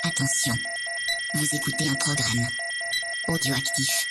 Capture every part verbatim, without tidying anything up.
Attention, vous écoutez un programme audioactif.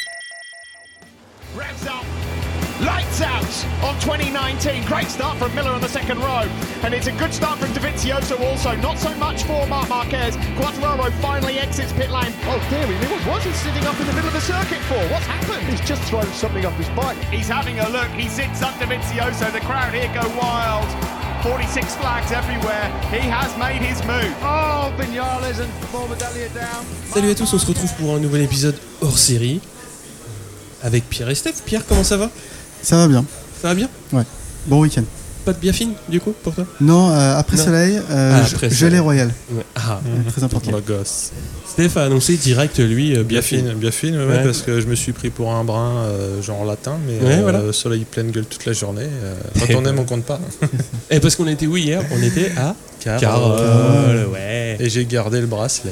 Revs up, lights out on twenty nineteen. Great start from Miller on the second row, and it's a good start from Dovizioso also. Not so much for Marc Marquez. Quartararo finally exits pit lane. Oh dear me, what was he sitting up in the middle of the circuit for? What's happened? He's just thrown something off his bike. He's having a look. He sits up Dovizioso. The crowd here go wild. forty-six flags everywhere. He has made his move. Oh, Vignales and Morbidelli are down. Salut à tous, on se retrouve pour un nouvel épisode hors série avec Pierre et Steph. Pierre, comment ça va? Ça va bien. Ça va bien? Ouais. Bon week-end. Pas de biafine du coup pour toi? Non, euh, après Non. soleil, euh, Ah, ge- après gelée soleil. royale. Ouais. Ah, Ouais, très important. Beau gosse. Steph a annoncé direct lui euh, Bien biafine. fine, bien fine, ouais, Ouais. parce que je me suis pris pour un brin euh, genre latin, mais Ouais, euh, voilà. soleil pleine gueule toute la journée. Euh, quand Et on aime, bah. on compte pas. Et parce qu'on était où hier? On était à Carole. Carole, ouais. Et j'ai gardé le bracelet.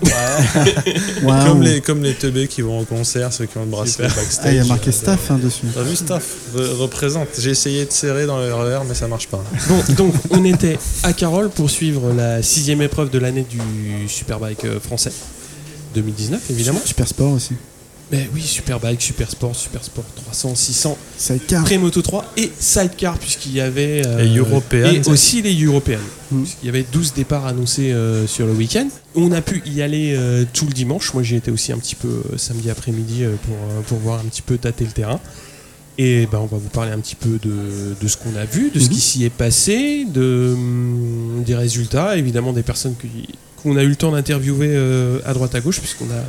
Waouh. Comme les comme les teubés qui vont au concert, ceux qui ont le bracelet Super. backstage. Ah, il y a marqué staff hein, dessus. T'as vu staff Re- représente. J'ai essayé de serrer dans le R E R, mais ça marche pas. Bon, donc on était à Carole pour suivre la sixième épreuve de l'année du Superbike euh, français deux mille dix-neuf évidemment. Super sport aussi. Mais oui, Superbike, Super Sport, Super Sport trois cents, six cents, Sidecar. Pré-Moto trois et Sidecar puisqu'il y avait euh, Et européennes. et aussi les européennes. Mm. Il y avait douze départs annoncés euh, sur le week-end. On a pu y aller euh, tout le dimanche. Moi j'y étais aussi un petit peu euh, samedi après-midi euh, pour, euh, pour voir un petit peu tâter le terrain. Et ben, on va vous parler un petit peu de, de ce qu'on a vu, de ce Mhm. qui s'y est passé, de, hum, des résultats, évidemment des personnes qui- qu'on a eu le temps d'interviewer euh, à droite à gauche, puisqu'on a,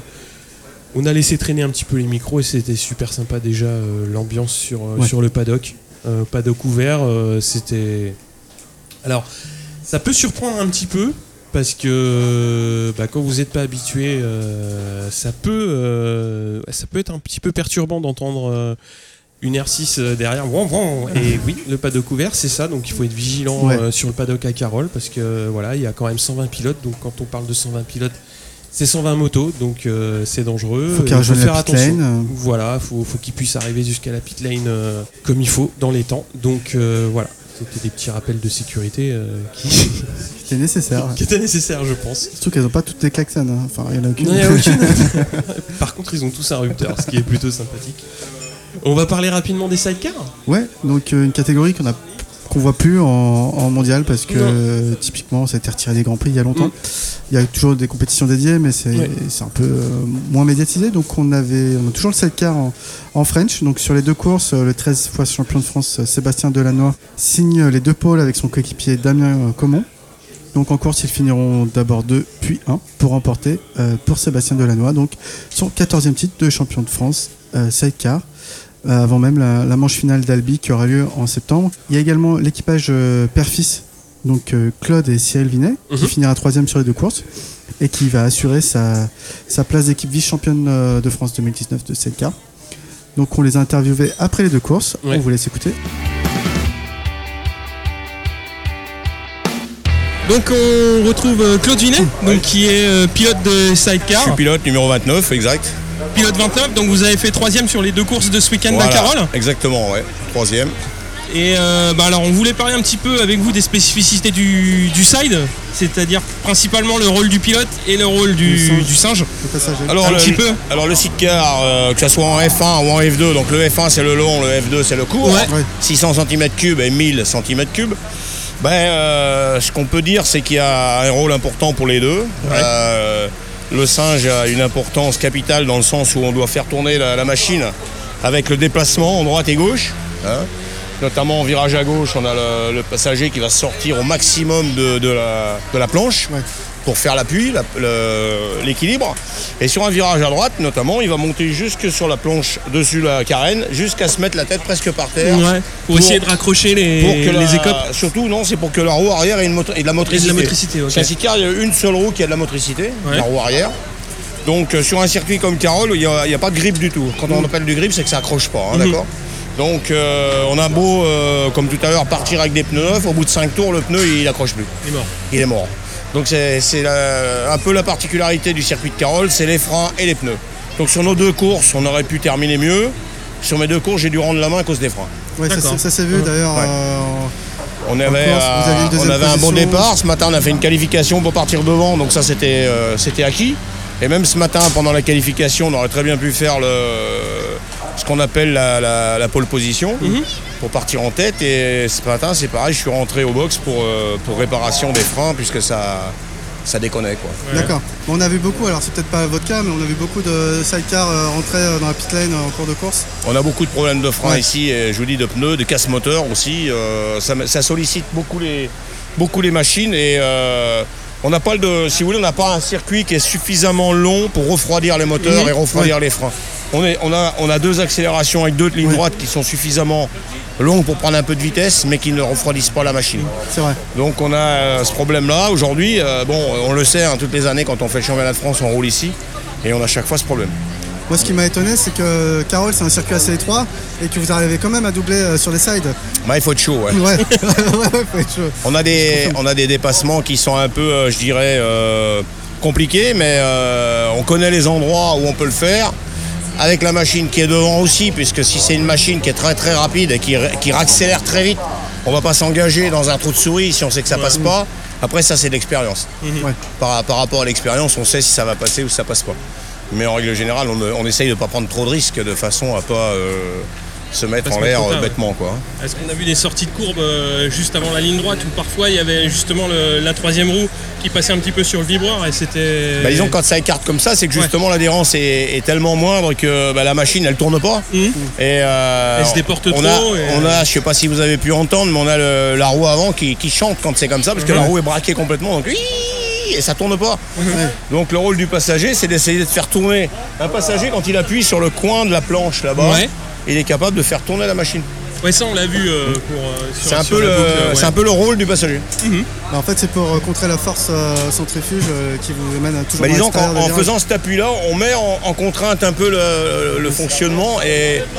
on a laissé traîner un petit peu les micros et c'était super sympa déjà euh, l'ambiance sur, euh, Ouais. sur le paddock. Euh, paddock ouvert, euh, c'était... Alors, ça peut surprendre un petit peu, parce que bah, quand vous n'êtes pas habitué, euh, ça, peut, euh, ça peut être un petit peu perturbant d'entendre euh, une R six euh, derrière. Vroom, vroom. Et oui, le paddock ouvert, c'est ça, donc il faut être vigilant Ouais. euh, sur le paddock à Carole, parce que euh, voilà, il y a quand même cent vingt pilotes, donc quand on parle de cent vingt pilotes, c'est cent vingt motos, donc euh, c'est dangereux. Faut qu'ils Il rejoignent faire la pit attention. lane. euh. Voilà, faut, faut qu'ils puissent arriver jusqu'à la pit lane euh, comme il faut, dans les temps. Donc euh, voilà, c'était des petits rappels de sécurité euh, qui, C'était nécessaire. qui étaient nécessaires, je pense. Surtout qu'elles n'ont pas toutes les klaxons. hein. Enfin, il y en a aucune. Non, il n'y a aucune. Par contre, ils ont tous un rupteur, ce qui est plutôt sympathique. On va parler rapidement des sidecars. Ouais, donc euh, une catégorie qu'on a qu'on voit plus en, en mondial parce que Non. euh, typiquement ça a été retiré des grands prix il y a longtemps. Mm. Il y a toujours des compétitions dédiées mais c'est Ouais. c'est un peu euh, moins médiatisé, donc on avait on a toujours le sidecar en, en French. Donc sur les deux courses, euh, le treize fois champion de France euh, Sébastien Delannoy signe euh, les deux pôles avec son coéquipier Damien euh, Comon. Donc en course ils finiront d'abord deux puis un pour remporter euh, pour Sébastien Delannoy donc son quatorzième titre de champion de France euh, sidecar. Euh, avant même la, la manche finale d'Albi qui aura lieu en septembre. Il y a également l'équipage euh, père-fils, donc euh, Claude et Cyril Vinet, qui Mhm. finira troisième sur les deux courses et qui va assurer sa, sa place d'équipe vice-championne euh, de France deux mille dix-neuf de sidecar. Donc on les a interviewés après les deux courses, Ouais. on vous laisse écouter. Donc on retrouve euh, Claude Vinet, donc, qui est euh, pilote de sidecar, Je suis pilote numéro vingt-neuf, exact. pilote vingt-neuf, donc vous avez fait troisième sur les deux courses de ce week-end Voilà, à Carole. exactement, ouais. Troisième. Et euh, bah alors on voulait parler un petit peu avec vous des spécificités du, du side, c'est-à-dire principalement le rôle du pilote et le rôle du, Du singe. du singe. Le passager. Alors, Un le, petit peu. Alors le sidecar, euh, que ce soit en F un ou en F deux, donc le F un c'est le long, le F deux c'est le court, Ouais. Ouais. six cents centimètres cubes et mille centimètres cubes. Ben, euh, ce qu'on peut dire, c'est qu'il y a un rôle important pour les deux. Euh, le singe a une importance capitale dans le sens où on doit faire tourner la, la machine avec le déplacement en droite et gauche. hein. Notamment en virage à gauche, on a le, le passager qui va sortir au maximum de, de la, de la planche Ouais. pour faire l'appui, la- le- l'équilibre. Et sur un virage à droite, notamment, il va monter jusque sur la planche dessus la carène, jusqu'à se mettre la tête presque par terre. Ouais, pour, Pour- essayer de raccrocher les, Pour que les la- écopes Surtout, non, c'est pour que la roue arrière ait, une moto- ait de la et motricité. de la motricité. ok. Sur un sidecar, il y a une seule roue qui a de la motricité, Ouais. la roue arrière. Donc euh, sur un circuit comme Carole, il n'y a, il y a pas de grip du tout. Quand on appelle du grip, c'est que ça accroche pas, hein, Mhm. d'accord. Donc euh, on a beau, euh, comme tout à l'heure, partir avec des pneus neufs, au bout de cinq tours, le pneu il accroche plus. Il est mort. Il est mort. Donc c'est c'est la- un peu la particularité du circuit de Carole, c'est les freins et les pneus. Donc sur nos deux courses, on aurait pu terminer mieux. Sur mes deux courses, j'ai dû rendre la main à cause des freins. Ouais, ça, D'accord. ça, ça s'est vu d'ailleurs Ouais. euh, On avait, course, vous aviez une euh, deuxième on avait un bon position. départ. Ce matin, on a fait une qualification pour partir devant, donc ça c'était euh, c'était acquis. Et même ce matin, pendant la qualification, on aurait très bien pu faire le, ce qu'on appelle la, la, la pole position mm-hmm. pour partir en tête. Et ce matin, c'est pareil, je suis rentré au box pour, euh, pour réparation des freins puisque ça, ça déconnait, quoi. Ouais. D'accord. Bon, on a vu beaucoup, alors c'est peut-être pas votre cas, mais on a vu beaucoup de sidecars euh, rentrer euh, dans la pit lane euh, en cours de course. On a beaucoup de problèmes de freins ouais. ici, et je vous dis de pneus, de casse-moteur aussi. Euh, ça, ça sollicite beaucoup les, beaucoup les machines et euh, on n'a pas le, si vous voulez, on n'a pas un circuit qui est suffisamment long pour refroidir les moteurs mmh. et refroidir ouais. les freins. On, est, on, a, on a deux accélérations avec deux lignes ouais. droites qui sont suffisamment longues pour prendre un peu de vitesse, mais qui ne refroidissent pas la machine. C'est vrai. Donc on a euh, ce problème-là. Aujourd'hui, euh, bon, on le sait, hein, toutes les années, quand on fait le championnat de France, on roule ici, et on a chaque fois ce problème. Moi, ce qui m'a étonné, c'est que Carole, c'est un circuit assez étroit et que vous arrivez quand même à doubler euh, sur les sides. Bah, il faut être chaud, ouais. Ouais, ouais, faut être chaud. On a des, on a des dépassements qui sont un peu, euh, je dirais, euh, compliqués, mais euh, on connaît les endroits où on peut le faire. Avec la machine qui est devant aussi, puisque si c'est une machine qui est très très rapide et qui, qui accélère très vite, on ne va pas s'engager dans un trou de souris si on sait que ça passe ouais. pas. Après, ça, c'est de l'expérience. Mmh. Ouais. Par, par rapport à l'expérience, on sait si ça va passer ou si ça passe pas. Mais en règle générale, on, on essaye de ne pas prendre trop de risques de façon à ne pas euh, se mettre en l'air euh, bêtement, quoi. Est-ce qu'on a vu des sorties de courbe euh, juste avant la ligne droite où parfois il y avait justement le, la troisième roue qui passait un petit peu sur le vibreur et c'était... Bah, disons, quand ça écarte comme ça, c'est que justement ouais. l'adhérence est, est tellement moindre que bah, la machine elle tourne pas. Mmh. Et euh, elle se déporte on trop. A, et... on a, je sais pas si vous avez pu entendre, mais on a le, la roue avant qui, qui chante quand c'est comme ça parce que mmh. la roue est braquée complètement. Donc, et ça tourne pas. Mmh. Donc le rôle du passager, c'est d'essayer de faire tourner. Un passager, quand il appuie sur le coin de la planche là-bas, ouais. il est capable de faire tourner la machine. Ouais, ça on l'a vu euh, pour. Euh, sur, c'est un sur peu le, boucle, ouais. c'est un peu le rôle du passager. Mmh. Bah, en fait, c'est pour euh, contrer la force euh, centrifuge euh, qui vous mène à toujours. Bah, disons qu'en en faisant cet appui-là, on met en, en contrainte un peu le, le fonctionnement et, et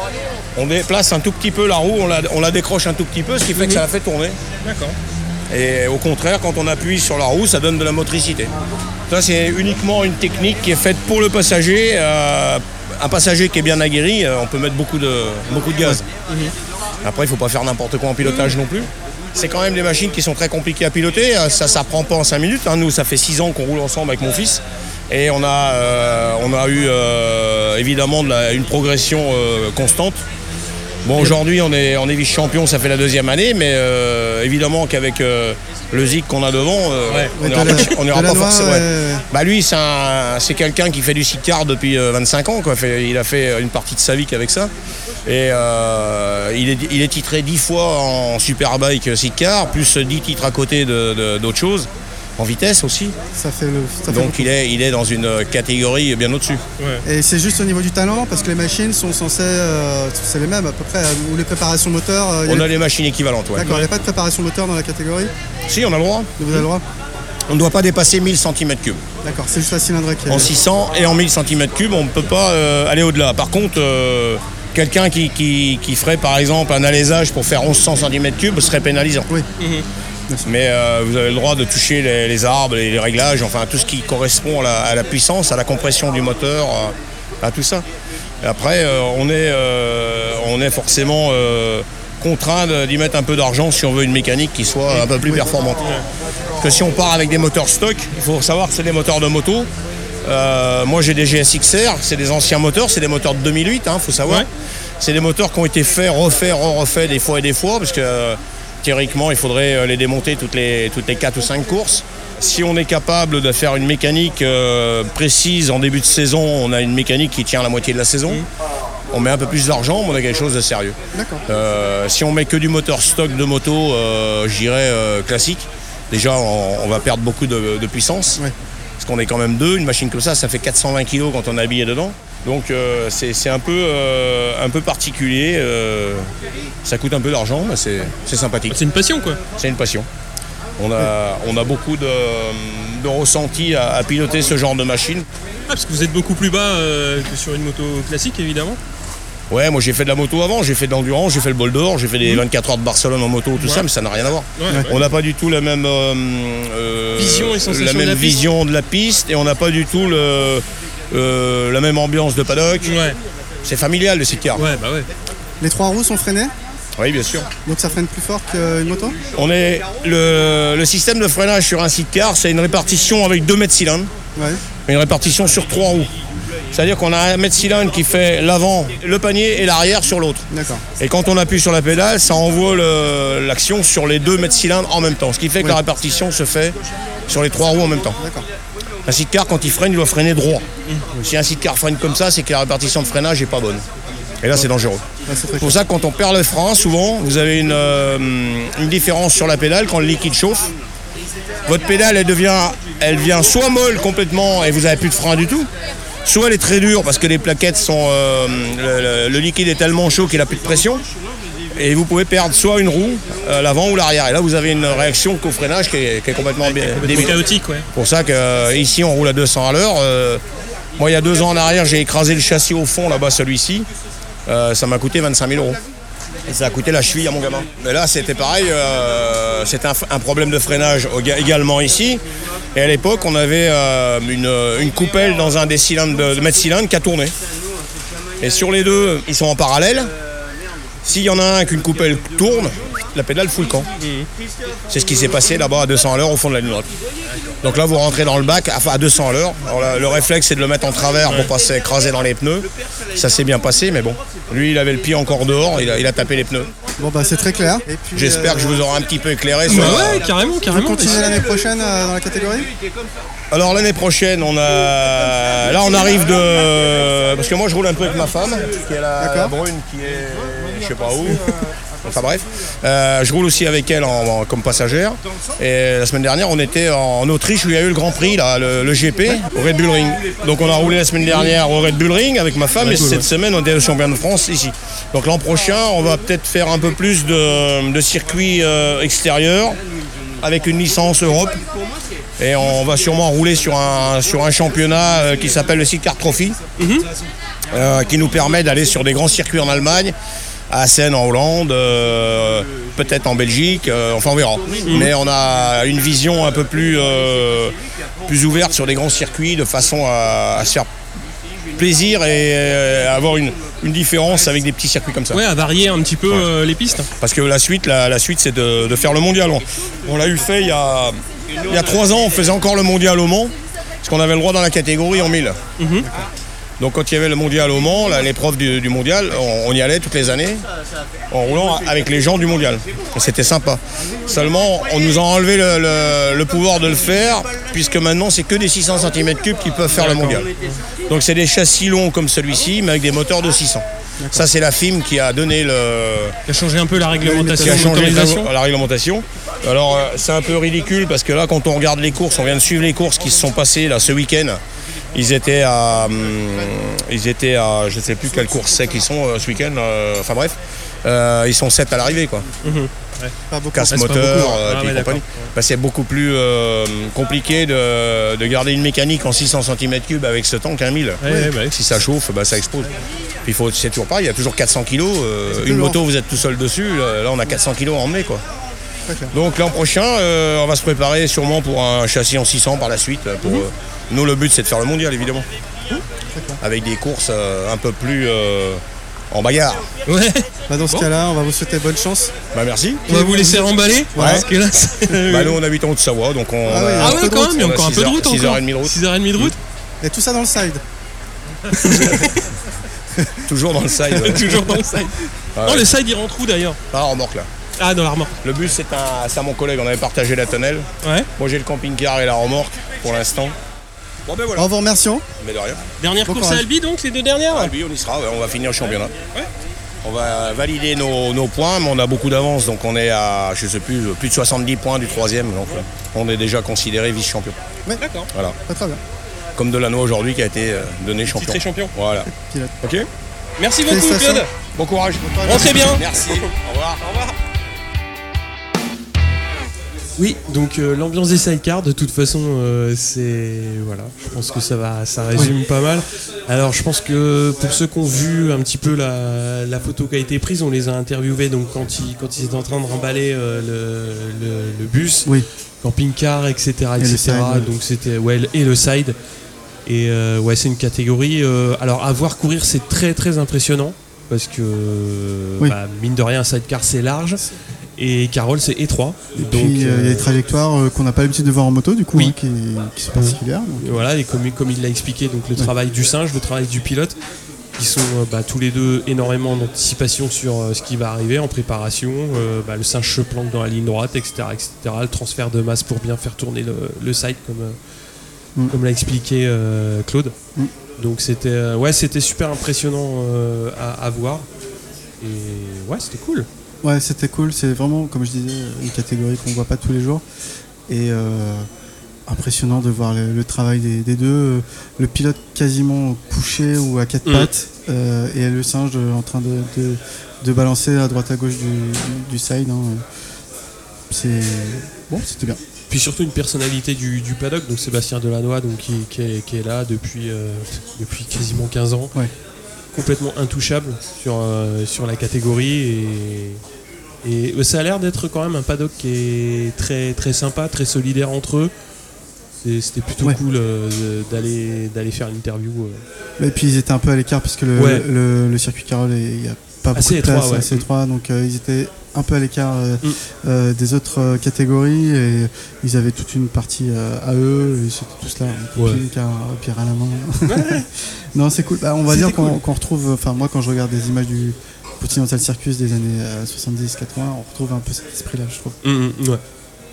on déplace un tout petit peu la roue, on la, on la décroche un tout petit peu, ce qui fait mmh. que ça la fait tourner. D'accord. Et au contraire, quand on appuie sur la roue, ça donne de la motricité. Ça, c'est uniquement une technique qui est faite pour le passager. Euh, un passager qui est bien aguerri, euh, on peut mettre beaucoup de, beaucoup de gaz. Mmh. Après, il ne faut pas faire n'importe quoi en pilotage mmh. non plus. C'est quand même des machines qui sont très compliquées à piloter. Ça ne s'apprend pas en cinq minutes. Hein. Nous, ça fait six ans qu'on roule ensemble avec mon fils. Et on a, euh, on a eu euh, évidemment de la, une progression euh, constante. Bon, aujourd'hui, on est, on est vice-champion, ça fait la deuxième année, mais euh, évidemment qu'avec euh, le Zik qu'on a devant, euh, ouais. on n'ira pas forcément. Ouais. Ouais. Bah lui, c'est, un, c'est quelqu'un qui fait du sidecar depuis euh, vingt-cinq ans, quoi. Il a fait une partie de sa vie qu'avec ça. Et euh, il, est, il est titré dix fois en Superbike sidecar, plus dix titres à côté de, de, d'autres choses. En vitesse aussi. Ça fait le, ça fait Donc il est, il est dans une catégorie bien au-dessus. Ouais. Et c'est juste au niveau du talent, parce que les machines sont censées, euh, c'est les mêmes à peu près, ou les préparations moteurs. Euh, on a, a les machines équivalentes, ouais. D'accord, il n'y a pas de préparation moteur dans la catégorie ? Si, on a le droit. Vous avez le droit ? On ne doit pas dépasser mille centimètres cubes. D'accord, c'est juste la cylindrée qui est... En six cents et en mille centimètres cubes, on ne peut pas euh, aller au-delà. Par contre, euh, quelqu'un qui, qui, qui ferait par exemple un alésage pour faire mille cent centimètres cubes serait pénalisant. Oui. Mm-hmm. Mais euh, vous avez le droit de toucher les, les arbres, les, les réglages, enfin tout ce qui correspond à la, à la puissance, à la compression du moteur, à, à tout ça. Et après, euh, on, est, euh, on est forcément euh, contraint d'y mettre un peu d'argent si on veut une mécanique qui soit un peu plus performante. Parce que si on part avec des moteurs stock, il faut savoir que c'est des moteurs de moto. Euh, moi j'ai des G S X R, c'est des anciens moteurs, c'est des moteurs de deux mille huit, il hein, faut savoir. Ouais. C'est des moteurs qui ont été faits, refaits, refaits des fois et des fois, parce que euh, théoriquement, il faudrait les démonter toutes les, toutes les quatre ou cinq courses. Si on est capable de faire une mécanique euh, précise en début de saison, on a une mécanique qui tient la moitié de la saison. Mmh. On met un peu plus d'argent, mais on a quelque chose de sérieux. D'accord. Euh, si on met que du moteur stock de moto, euh, je dirais euh, classique, déjà on, on va perdre beaucoup de, de puissance. Ouais. Parce qu'on est quand même deux, une machine comme ça, ça fait quatre cent vingt kilos quand on est habillé dedans. Donc euh, c'est, c'est un, peu, euh, un peu particulier, euh, ça coûte un peu d'argent, mais c'est, c'est sympathique. C'est une passion quoi. C'est une passion. On a, on a beaucoup de, de ressentis à, à piloter ce genre de machine. Ah, parce que vous êtes beaucoup plus bas euh, que sur une moto classique évidemment. Ouais, moi j'ai fait de la moto avant, j'ai fait de l'endurance, j'ai fait le bol d'or, j'ai fait des mmh. vingt-quatre heures de Barcelone en moto, tout ouais. ça, mais ça n'a rien à voir. Ouais, ouais. On n'a pas du tout la même, euh, vision, et la même de la vision de la piste et on n'a pas du tout le, euh, la même ambiance de paddock. Ouais. C'est familial le sidecar. Ouais, bah ouais. Les trois roues sont freinées ? Oui, bien sûr. Donc ça freine plus fort qu'une moto? On est le, le système de freinage sur un sidecar, c'est une répartition avec deux mètres cylindres, Ouais. une répartition sur trois roues. C'est-à-dire qu'on a un mètre cylindre qui fait l'avant, le panier et l'arrière sur l'autre. D'accord. Et quand on appuie sur la pédale, ça envoie le- l'action sur les deux mètres cylindres en même temps. Ce qui fait que Oui. la répartition se fait sur les trois roues en même temps. D'accord. Un sidecar, quand il freine, il doit freiner droit. Si un sidecar freine comme ça, c'est que la répartition de freinage n'est pas bonne. Et là, c'est dangereux. Ouais, c'est très C'est pour ça que quand on perd le frein, souvent, vous avez une, euh, une différence sur la pédale quand le liquide chauffe. Votre pédale, elle devient, elle vient soit molle complètement et vous n'avez plus de frein du tout, soit elle est très dure parce que les plaquettes sont, euh, le, le- le liquide est tellement chaud qu'il n'a plus de pression. Et vous pouvez perdre soit une roue, euh, l'avant ou l'arrière. Et là, vous avez une réaction qu'au freinage qui est, qui est complètement bien C'est débile. chaotique, ouais. C'est pour ça qu'ici, on roule à deux cents à l'heure. Euh, moi, il y a deux ans en arrière, j'ai écrasé le châssis au fond, là-bas, celui-ci. Euh, ça m'a coûté vingt-cinq mille euros. Et ça a coûté la cheville à mon gamin. Mais là, c'était pareil. Euh, c'était un, un problème de freinage également ici. Et à l'époque, on avait euh, une, une coupelle dans un des cylindres de, de mètre cylindre qui a tourné. Et sur les deux, ils sont en parallèle. S'il y en a un qu'une coupelle tourne, la pédale fout le camp. C'est ce qui s'est passé là-bas à deux cents à l'heure au fond de la ligne droite. Donc là, vous rentrez dans le bac à deux cents à l'heure. Alors là, le réflexe, c'est de le mettre en travers pour pas s'écraser dans les pneus. Ça s'est bien passé, mais bon. Lui, il avait le pied encore dehors, il a, il a tapé les pneus. Bon bah c'est très clair. Et puis, J'espère euh, que je vous aurai un petit peu éclairé sur Bah la- ouais, carrément, Vous carrément. continuez l'année prochaine euh, dans la catégorie? Alors l'année prochaine, on a. Là, on arrive de. Parce que moi, je roule un peu avec ma femme, qui est la, la D'accord. brune, qui est. Je sais pas où. Enfin bref. Euh, je roule aussi avec elle en, en- comme passagère. Et la semaine dernière, on était en Autriche où il y a eu le Grand Prix, là, le, le G P, au Red Bull Ring. Donc on a roulé la semaine dernière au Red Bull Ring avec ma femme, et cette semaine, on était au championnat de France ici. Donc l'an prochain, on va peut-être faire un peu plus de, de circuits euh, extérieurs avec une licence Europe. Et on va sûrement rouler sur un, sur un championnat euh, qui s'appelle le Sidecar Trophy, euh, qui nous permet d'aller sur des grands circuits en Allemagne, à Assen en Hollande, euh, peut-être en Belgique, euh, enfin on verra. Mais on a une vision un peu plus, euh, plus ouverte sur des grands circuits de façon à, à se faire plaisir et euh, avoir une, une différence avec des petits circuits comme ça. Ouais, à varier un petit peu euh, les pistes. Parce que la suite, la, la suite c'est de, de faire le mondial. On, on l'a eu fait il y a, il y a trois ans, on faisait encore le mondial au Mans, parce qu'on avait le droit dans la catégorie en mille. Mhm. Donc quand il y avait le mondial au Mans, là, l'épreuve du, du mondial, on, on y allait toutes les années en roulant avec les gens du mondial. Et c'était sympa. Seulement, on nous a enlevé le, le- le pouvoir de le faire, puisque maintenant c'est que des six cents centimètres cubes qui peuvent faire le mondial. Donc c'est des châssis longs comme celui-ci, mais avec des moteurs de six cents. Ça c'est la F I M qui a donné le, Qui a changé un peu la réglementation. qui a changé l'autorisation. la réglementation. Alors euh, c'est un peu ridicule parce que là quand on regarde les courses, on vient de suivre les courses qui se sont passées là ce week-end. Ils étaient à, hum, ils étaient à, je ne sais plus quelle course c'est qu'ils sont euh, ce week-end. euh, enfin bref, Euh, ils sont sept à l'arrivée quoi. Pas beaucoup. Casse Ah, c'est pas moteur, beaucoup, hein. euh, Ah, puis ouais, compagnie. d'accord. Bah, c'est beaucoup plus euh, compliqué de, de garder une mécanique en six cents centimètres cubes avec ce temps qu'un mille. Ouais, ouais, bah, Si ça chauffe, bah, ça explose. Puis il faut, c'est toujours pareil, il y a toujours quatre cents kilos. euh, C'est une lourd. moto, vous êtes tout seul dessus. Là, là, on a quatre cents kilos à emmener quoi. Très clair. Donc l'an prochain, euh, on va se préparer sûrement pour un châssis en six cents par la suite. Pour, euh, nous, le but, c'est de faire le mondial, évidemment. Avec des courses euh, un peu plus euh, en bagarre. Ouais. Bah, dans ce cas-là, on va vous souhaiter bonne chance. Bah merci. On va vous laisser remballer. Ouais. Parce que là, c'est- Bah, nous, on habite en Haute-Savoie, donc on Ah oui, a Ah un peu ouais, de quand route. même, il y a On a encore un six peu de heures- route six encore. heures trente de route. six heures trente de route. Et tout ça dans le side. toujours dans le side. ouais. Toujours dans le side. Ouais. Non, le side il rentre où d'ailleurs? Ah, remorque là. Ah, dans la remorque. Le bus, c'est un, c'est à mon collègue, on avait partagé la tonnelle. Ouais. Moi, j'ai le camping-car et la remorque pour l'instant. Bon, ben voilà. En vous remerciant. Mais de rien. Dernière Bon course courage. à Albi donc, les deux dernières? Ah, lui, on y sera, ouais, on va finir le championnat. On va valider nos, nos points, mais on a beaucoup d'avance, donc on est à, je sais plus, plus de soixante-dix points du troisième, donc euh, on est déjà considéré vice-champion. D'accord. Voilà. Très très bien. Comme Delanoë aujourd'hui qui a été euh, donné champion. Titré champion. Voilà. Pilote. Ok. Merci beaucoup Félicitations. Claude. Bon courage. Rentrez bien. Merci. Au revoir. Au revoir. Oui, donc euh, l'ambiance des sidecars, de toute façon, euh, c'est voilà, je pense que ça va, ça résume pas mal. Alors, je pense que pour ceux qui ont vu un petit peu la, la photo qui a été prise, on les a interviewés donc quand ils quand ils étaient en train de remballer euh, le, le, le bus, Oui. camping-car, et cetera, Et et le cetera. side, ouais. Donc c'était ouais et le side. Et euh, ouais, c'est une catégorie. euh, alors à voir courir, c'est très très impressionnant. parce que Oui. bah, mine de rien, un sidecar c'est large et Carroll c'est étroit. Et Donc, puis il euh, y a des trajectoires euh, qu'on n'a pas l'habitude de voir en moto, du coup, Oui. hein, qui, qui sont particulières. Donc. Et voilà, et comme, comme il l'a expliqué, donc le Ouais. travail du singe, le travail du pilote, qui sont euh, bah, tous les deux énormément d'anticipation sur euh, ce qui va arriver en préparation. Euh, bah, le singe se planque dans la ligne droite, et cetera, et cetera. Le transfert de masse pour bien faire tourner le, le side, comme, euh, Mm. comme l'a expliqué euh, Claude. Mm. Donc c'était euh, ouais, c'était super impressionnant euh, à, à voir. Et ouais, c'était cool. Ouais, c'était cool. C'est vraiment, comme je disais, une catégorie qu'on voit pas tous les jours. Et euh, impressionnant de voir le, le travail des, des deux. Le pilote quasiment couché ou à quatre Mm. pattes euh, et le singe de- en train de, de, de balancer à droite à gauche du, du, du side. Hein. C'est bon, c'était bien. Puis surtout une personnalité du, du paddock, donc Sébastien Delannoy, donc qui, qui, est, qui est là depuis, euh, depuis quasiment quinze ans, Ouais. complètement intouchable sur, euh, sur la catégorie. Et, et ça a l'air d'être quand même un paddock qui est très, très sympa, très solidaire entre eux. C'est- C'était plutôt Ouais. cool euh, de- d'aller d'aller faire l'interview. euh. Et puis ils étaient un peu à l'écart parce que le, Ouais. le, le circuit Carroll, est- il n'y a pas beaucoup Assez de place, étroit, ouais. assez étroit, donc euh, ils étaient un peu à l'écart euh, Mm. euh, des autres euh, catégories et ils avaient toute une partie euh, à eux, et c'était tous là, un Ouais. copine, car pierre à la main. Non, c'est cool. Bah, on va C'était dire qu'on cool. qu'on retrouve, enfin moi quand je regarde des images du Continental Circus des années euh, soixante-dix quatre-vingts, on retrouve un peu cet esprit-là, je trouve. Mm, mm, ouais.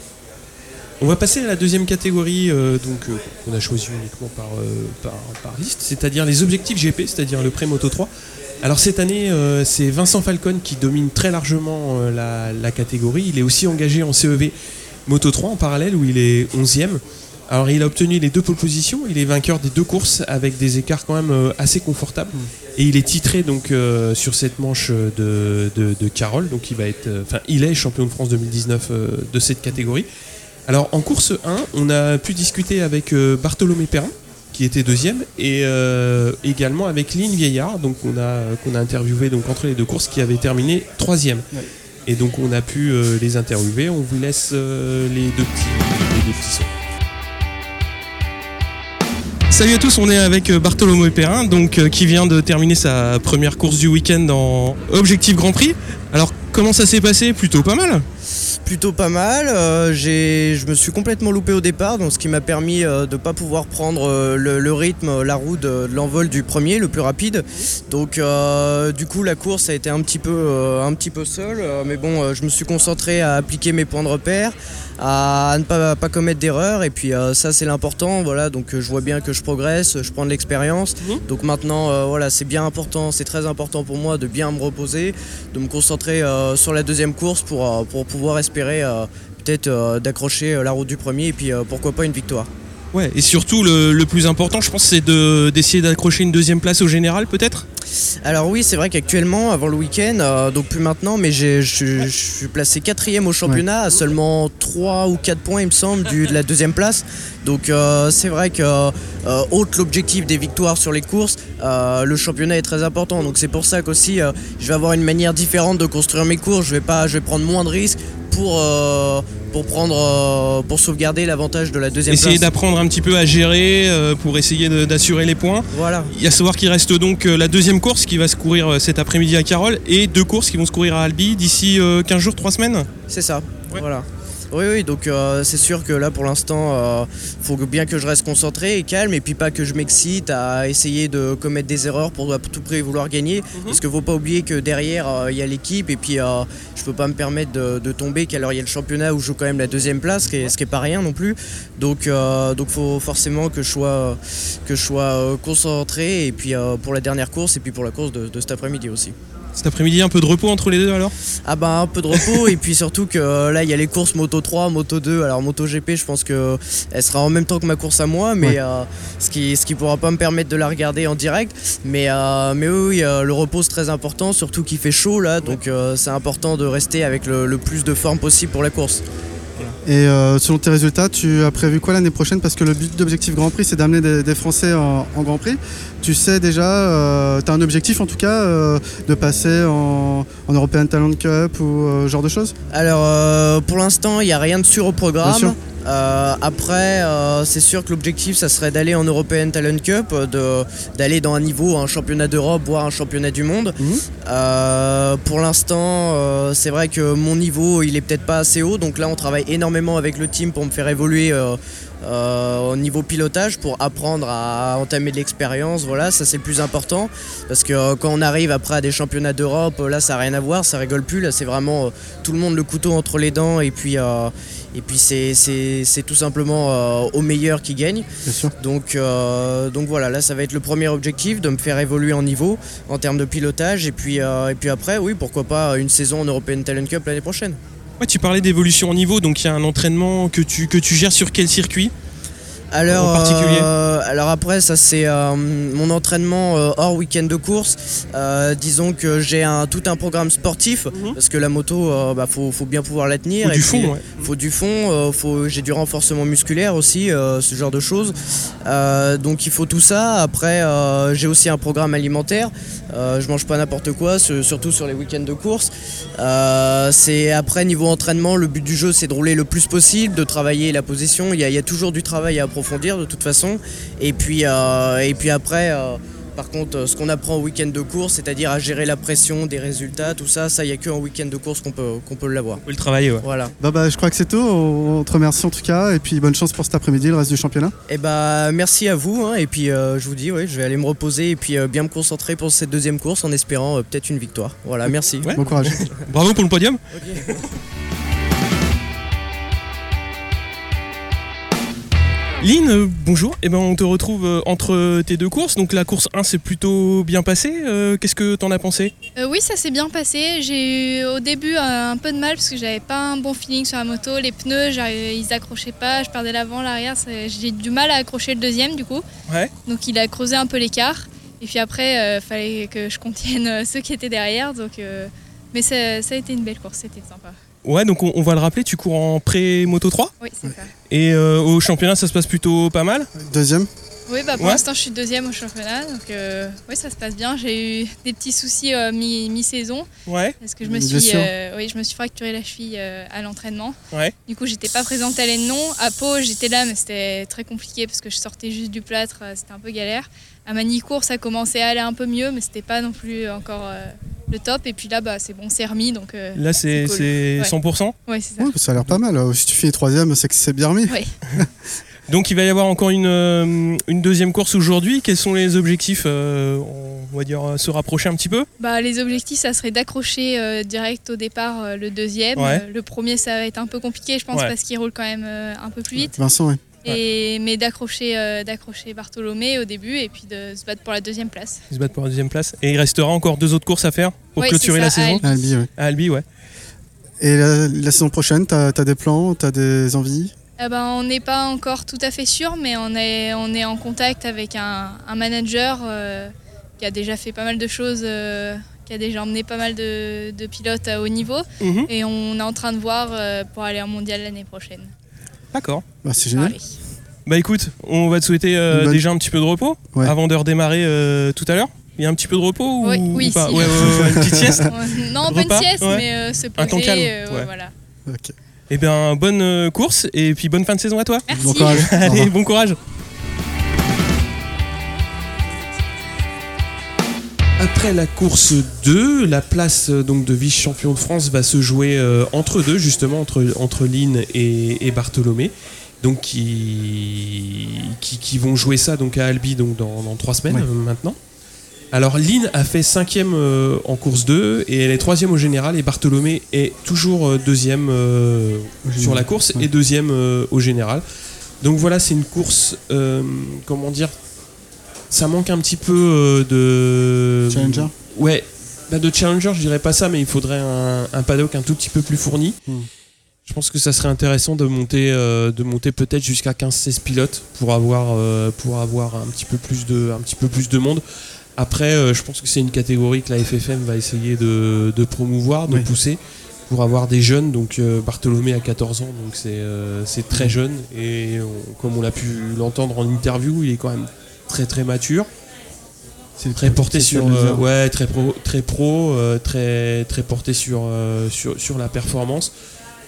On va passer à la deuxième catégorie euh, donc, euh, qu'on a choisie uniquement par, euh, par, par liste, c'est-à-dire les objectifs G P, c'est-à-dire le pré-moto trois. Alors cette année, euh, c'est Vincent Falcon qui domine très largement euh, la, la catégorie. Il est aussi engagé en C E V Moto trois en parallèle où il est onzième. Alors il a obtenu les deux pole positions, il est vainqueur des deux courses avec des écarts quand même euh, assez confortables. Et il est titré donc euh, sur cette manche de, de, de Carroll, donc il va être, euh, enfin il est champion de France deux mille dix-neuf euh, de cette catégorie. Alors en course un, on a pu discuter avec euh, Bartholomé Perrin, qui était deuxième, et euh, également avec Lynn Vieillard, donc on a qu'on a interviewé donc entre les deux courses, qui avait terminé troisième. Ouais. Et donc on a pu euh, les interviewer. On vous laisse euh, les deux petits les deux petits sons. Salut à tous, on est avec euh, Bartholomé Perrin, donc euh, qui vient de terminer sa première course du week-end en Objectif Grand Prix. Alors comment ça s'est passé? Plutôt pas mal. Plutôt pas mal, euh, j'ai, je me suis complètement loupé au départ, donc ce qui m'a permis euh, de ne pas pouvoir prendre euh, le, le rythme, la roue de, de l'envol du premier, le plus rapide. Donc euh, du coup la course a été un petit peu, euh, un petit peu seule, euh, mais bon euh, je me suis concentré à appliquer mes points de repère, à ne pas, pas commettre d'erreurs, et puis euh, ça c'est l'important, voilà, donc euh, je vois bien que je progresse, je prends de l'expérience, Mmh. donc maintenant euh, voilà, c'est bien important, c'est très important pour moi de bien me reposer, de me concentrer euh, sur la deuxième course pour, euh, pour pouvoir espérer euh, peut-être euh, d'accrocher euh, la route du premier et puis euh, pourquoi pas une victoire. Ouais, et surtout le, le plus important, je pense, c'est de, d'essayer d'accrocher une deuxième place au général, peut-être. Alors oui, c'est vrai qu'actuellement, avant le week-end, euh, donc plus maintenant, mais j'ai- je suis- je suis placé quatrième au championnat à seulement trois ou quatre points, il me semble, du, de la deuxième place. Donc euh, c'est vrai que, euh, autre l'objectif des victoires sur les courses, euh, le championnat est très important. Donc c'est pour ça qu'aussi, euh, je vais avoir une manière différente de construire mes courses. Je vais pas, je vais prendre moins de risques pour, euh, pour, prendre, euh, pour sauvegarder l'avantage de la deuxième Essayer place. d'apprendre un petit peu à gérer euh, pour essayer de- d'assurer les points. Voilà. Il y a à savoir qu'il reste donc euh, la deuxième course qui va se courir euh, cet après-midi à Carroll et deux courses qui vont se courir à Albi d'ici euh, quinze jours, trois semaines. C'est ça, Ouais. voilà. Oui, oui, donc euh, c'est sûr que là pour l'instant, euh, faut que bien que je reste concentré et calme et puis pas que je m'excite à essayer de commettre des erreurs pour à tout prix vouloir gagner. Parce qu'il faut pas oublier que derrière il y a l'équipe et puis euh, je peux pas me permettre de, de tomber qu'alors il y a le championnat où je joue quand même la deuxième place, ce qui est, ce qui est pas rien non plus. Donc euh, donc faut forcément que je sois, que je sois euh, concentré et puis euh, pour la dernière course et puis pour la course de, de cet après-midi aussi. Cet après-midi, un peu de repos entre les deux alors. Ah bah un peu de repos et puis surtout que euh, là il y a les courses Moto trois, Moto deux, alors Moto G P je pense que elle sera en même temps que ma course à moi mais Ouais. euh, ce qui ce qui pourra pas me permettre de la regarder en direct mais euh, mais oui, oui euh, le repos c'est très important surtout qu'il fait chaud là donc euh, c'est important de rester avec le, le plus de forme possible pour la course. Et euh, selon tes résultats, tu as prévu quoi l'année prochaine? Parce que le but d'Objectif Grand Prix, c'est d'amener des, des Français en, en Grand Prix. Tu sais déjà, euh, tu as un objectif en tout cas, euh, de passer en, en European Talent Cup ou euh, ce genre de choses? Alors euh, pour l'instant il n'y a rien de sûr au Bien sûr. programme. Euh, après, euh, c'est sûr que l'objectif, ça serait d'aller en European Talent Cup, de, d'aller dans un niveau, un championnat d'Europe, voire un championnat du monde. Mmh. Euh, pour l'instant, euh, c'est vrai que mon niveau, il est peut-être pas assez haut, donc là, on travaille énormément avec le team pour me faire évoluer euh, euh, au niveau pilotage, pour apprendre à entamer de l'expérience. Voilà, ça c'est le plus important, parce que euh, quand on arrive après à des championnats d'Europe, là, ça n'a rien à voir, ça rigole plus. Là, c'est vraiment euh, tout le monde le couteau entre les dents, et puis. Euh, Et puis c'est, c'est, c'est tout simplement euh, au meilleur qui gagne. Bien sûr. Donc, euh, donc voilà, là ça va être le premier objectif, de me faire évoluer en niveau, en termes de pilotage. Et puis, euh, et puis après, oui, pourquoi pas une saison en European Talent Cup l'année prochaine. Ouais, tu parlais d'évolution en niveau, donc il y a un entraînement que tu, que tu gères sur quel circuit ? Alors, en particulier euh, alors après, ça c'est euh, mon entraînement euh, hors week-end de course. Euh, disons que j'ai un, tout un programme sportif, mmh. parce que la moto, euh, bah, faut, faut bien pouvoir la tenir. Faut du fond, ouais. Faut du fond, euh, faut, j'ai du renforcement musculaire aussi, euh, ce genre de choses. Euh, donc il faut tout ça. Après, euh, j'ai aussi un programme alimentaire. Euh, je mange pas n'importe quoi, ce, surtout sur les week-ends de course. Euh, c'est après, niveau entraînement, le but du jeu, c'est de rouler le plus possible, de travailler la position. Il y a, il y a toujours du travail à approfondir de toute façon. Et puis, euh, et puis après, euh, par contre, ce qu'on apprend au week-end de course, c'est-à-dire à gérer la pression, des résultats, tout ça, ça, il n'y a qu'en week-end de course qu'on peut, qu'on peut l'avoir. Le travail, ouais. Voilà. Bah, bah, je crois que c'est tout. On te remercie en tout cas. Et puis bonne chance pour cet après-midi, le reste du championnat. Et bah, merci à vous. Hein, et puis, euh, je vous dis, ouais, je vais aller me reposer et puis euh, bien me concentrer pour cette deuxième course en espérant euh, peut-être une victoire. Voilà, merci. Ouais. Bon courage. Bravo pour le podium. Okay. Lynn, euh, bonjour. Eh ben, on te retrouve euh, entre tes deux courses. Donc la course un s'est plutôt bien passée. Euh, qu'est-ce que t'en as pensé ? euh, Oui, ça s'est bien passé. J'ai eu au début euh, un peu de mal parce que j'avais pas un bon feeling sur la moto. Les pneus, ils accrochaient pas. Je perdais l'avant, l'arrière. J'ai du mal à accrocher le deuxième du coup. Ouais. Donc il a creusé un peu l'écart. Et puis après, il euh, fallait que je contienne ceux qui étaient derrière. Donc, euh... Mais ça, ça a été une belle course, c'était sympa. Ouais, donc on, on va le rappeler, tu cours en pré-moto trois ? Oui, c'est ça. Et euh, au championnat, ça se passe plutôt pas mal ? Deuxième ? Oui, bah pour Ouais. l'instant, je suis deuxième au championnat. Donc euh, oui, ça se passe bien. J'ai eu des petits soucis euh, mi- mi-saison. Ouais. Parce que je me Bien suis, sûr. euh, oui, je me suis fracturé la cheville euh, à l'entraînement. Ouais. Du coup, j'étais pas présente à l'Ennon. À Pau, j'étais là, mais c'était très compliqué parce que je sortais juste du plâtre. euh, C'était un peu galère. À Manicourt, ça commençait à aller un peu mieux, mais c'était pas non plus encore euh, le top. Et puis là, bah, c'est bon, c'est remis. Donc, euh, Là, c'est, cool. c'est Ouais. cent pour cent ? Ouais, c'est ça. Ouais, ça a l'air pas mal. Si tu finis troisième, c'est que c'est bien remis. Ouais. Donc il va y avoir encore une, euh, une deuxième course aujourd'hui. Quels sont les objectifs euh, On va dire euh, se rapprocher un petit peu. Bah, les objectifs, ça serait d'accrocher euh, direct au départ euh, le deuxième. Ouais. Euh, le premier, ça va être un peu compliqué, je pense, Ouais. parce qu'il roule quand même euh, un peu plus vite. Vincent, oui. Et, mais d'accrocher, euh, d'accrocher Bartholomé au début et puis de se battre pour la deuxième place. Ils se battent pour la deuxième place. Et il restera encore deux autres courses à faire pour Ouais, clôturer c'est la ça, à saison. Albi. Albi, oui. À Albi, ouais. Et la, la saison prochaine, t'as as des plans, t'as des envies ? Eh ben, on n'est pas encore tout à fait sûr, mais on est, on est en contact avec un, un manager euh, qui a déjà fait pas mal de choses, euh, qui a déjà emmené pas mal de, de pilotes à haut niveau. Mhm. Et on est en train de voir euh, pour aller en mondial l'année prochaine. D'accord. Bah, c'est génial. Pareil. Bah écoute, on va te souhaiter euh, Bonne- déjà un petit peu de repos Ouais. avant de redémarrer euh, tout à l'heure. Il y a un petit peu de repos Oui, ou, oui, ou pas si. Ouais, ouais, ouais, une petite sieste. Ouais, non, pas Repas, une sieste, ouais. mais euh, se Un temps poser. calme, euh, ouais, ouais. voilà. Ok. Eh bien, bonne euh, course et puis bonne fin de saison à toi. Merci. Bon courage. Au Allez, revoir. bon courage. Après la course deux, la place euh, donc de vice-champion de France va se jouer euh, entre deux, justement, entre, entre Lynn et, et Bartholomé. Donc qui, qui, qui vont jouer ça donc à Albi donc dans, dans trois semaines Ouais. euh, maintenant. Alors Lynn a fait cinquième euh, en course deux et elle est troisième au général et Bartholomé est toujours euh, deuxième euh, Au sur général, la course ouais. et deuxième euh, au général. Donc voilà, c'est une course, euh, comment dire, ça manque un petit peu euh, de... Challenger. Ouais, bah de challenger je dirais pas ça, mais il faudrait un, un paddock un tout petit peu plus fourni. Hmm. Je pense que ça serait intéressant de monter, euh, de monter peut-être jusqu'à quinze seize pilotes pour avoir, euh, pour avoir un, petit peu plus de, un petit peu plus de monde. Après, euh, je pense que c'est une catégorie que la F F M va essayer de, de promouvoir, de Oui. pousser pour avoir des jeunes. Donc euh, Bartholomé a quatorze ans, donc c'est euh, c'est très jeune. Et on- comme on a pu l'entendre en interview, il est quand même très très mature. C'est Très porté c'est sur le euh, leader. ouais très pro très pro euh, très très porté sur, euh, sur sur la performance.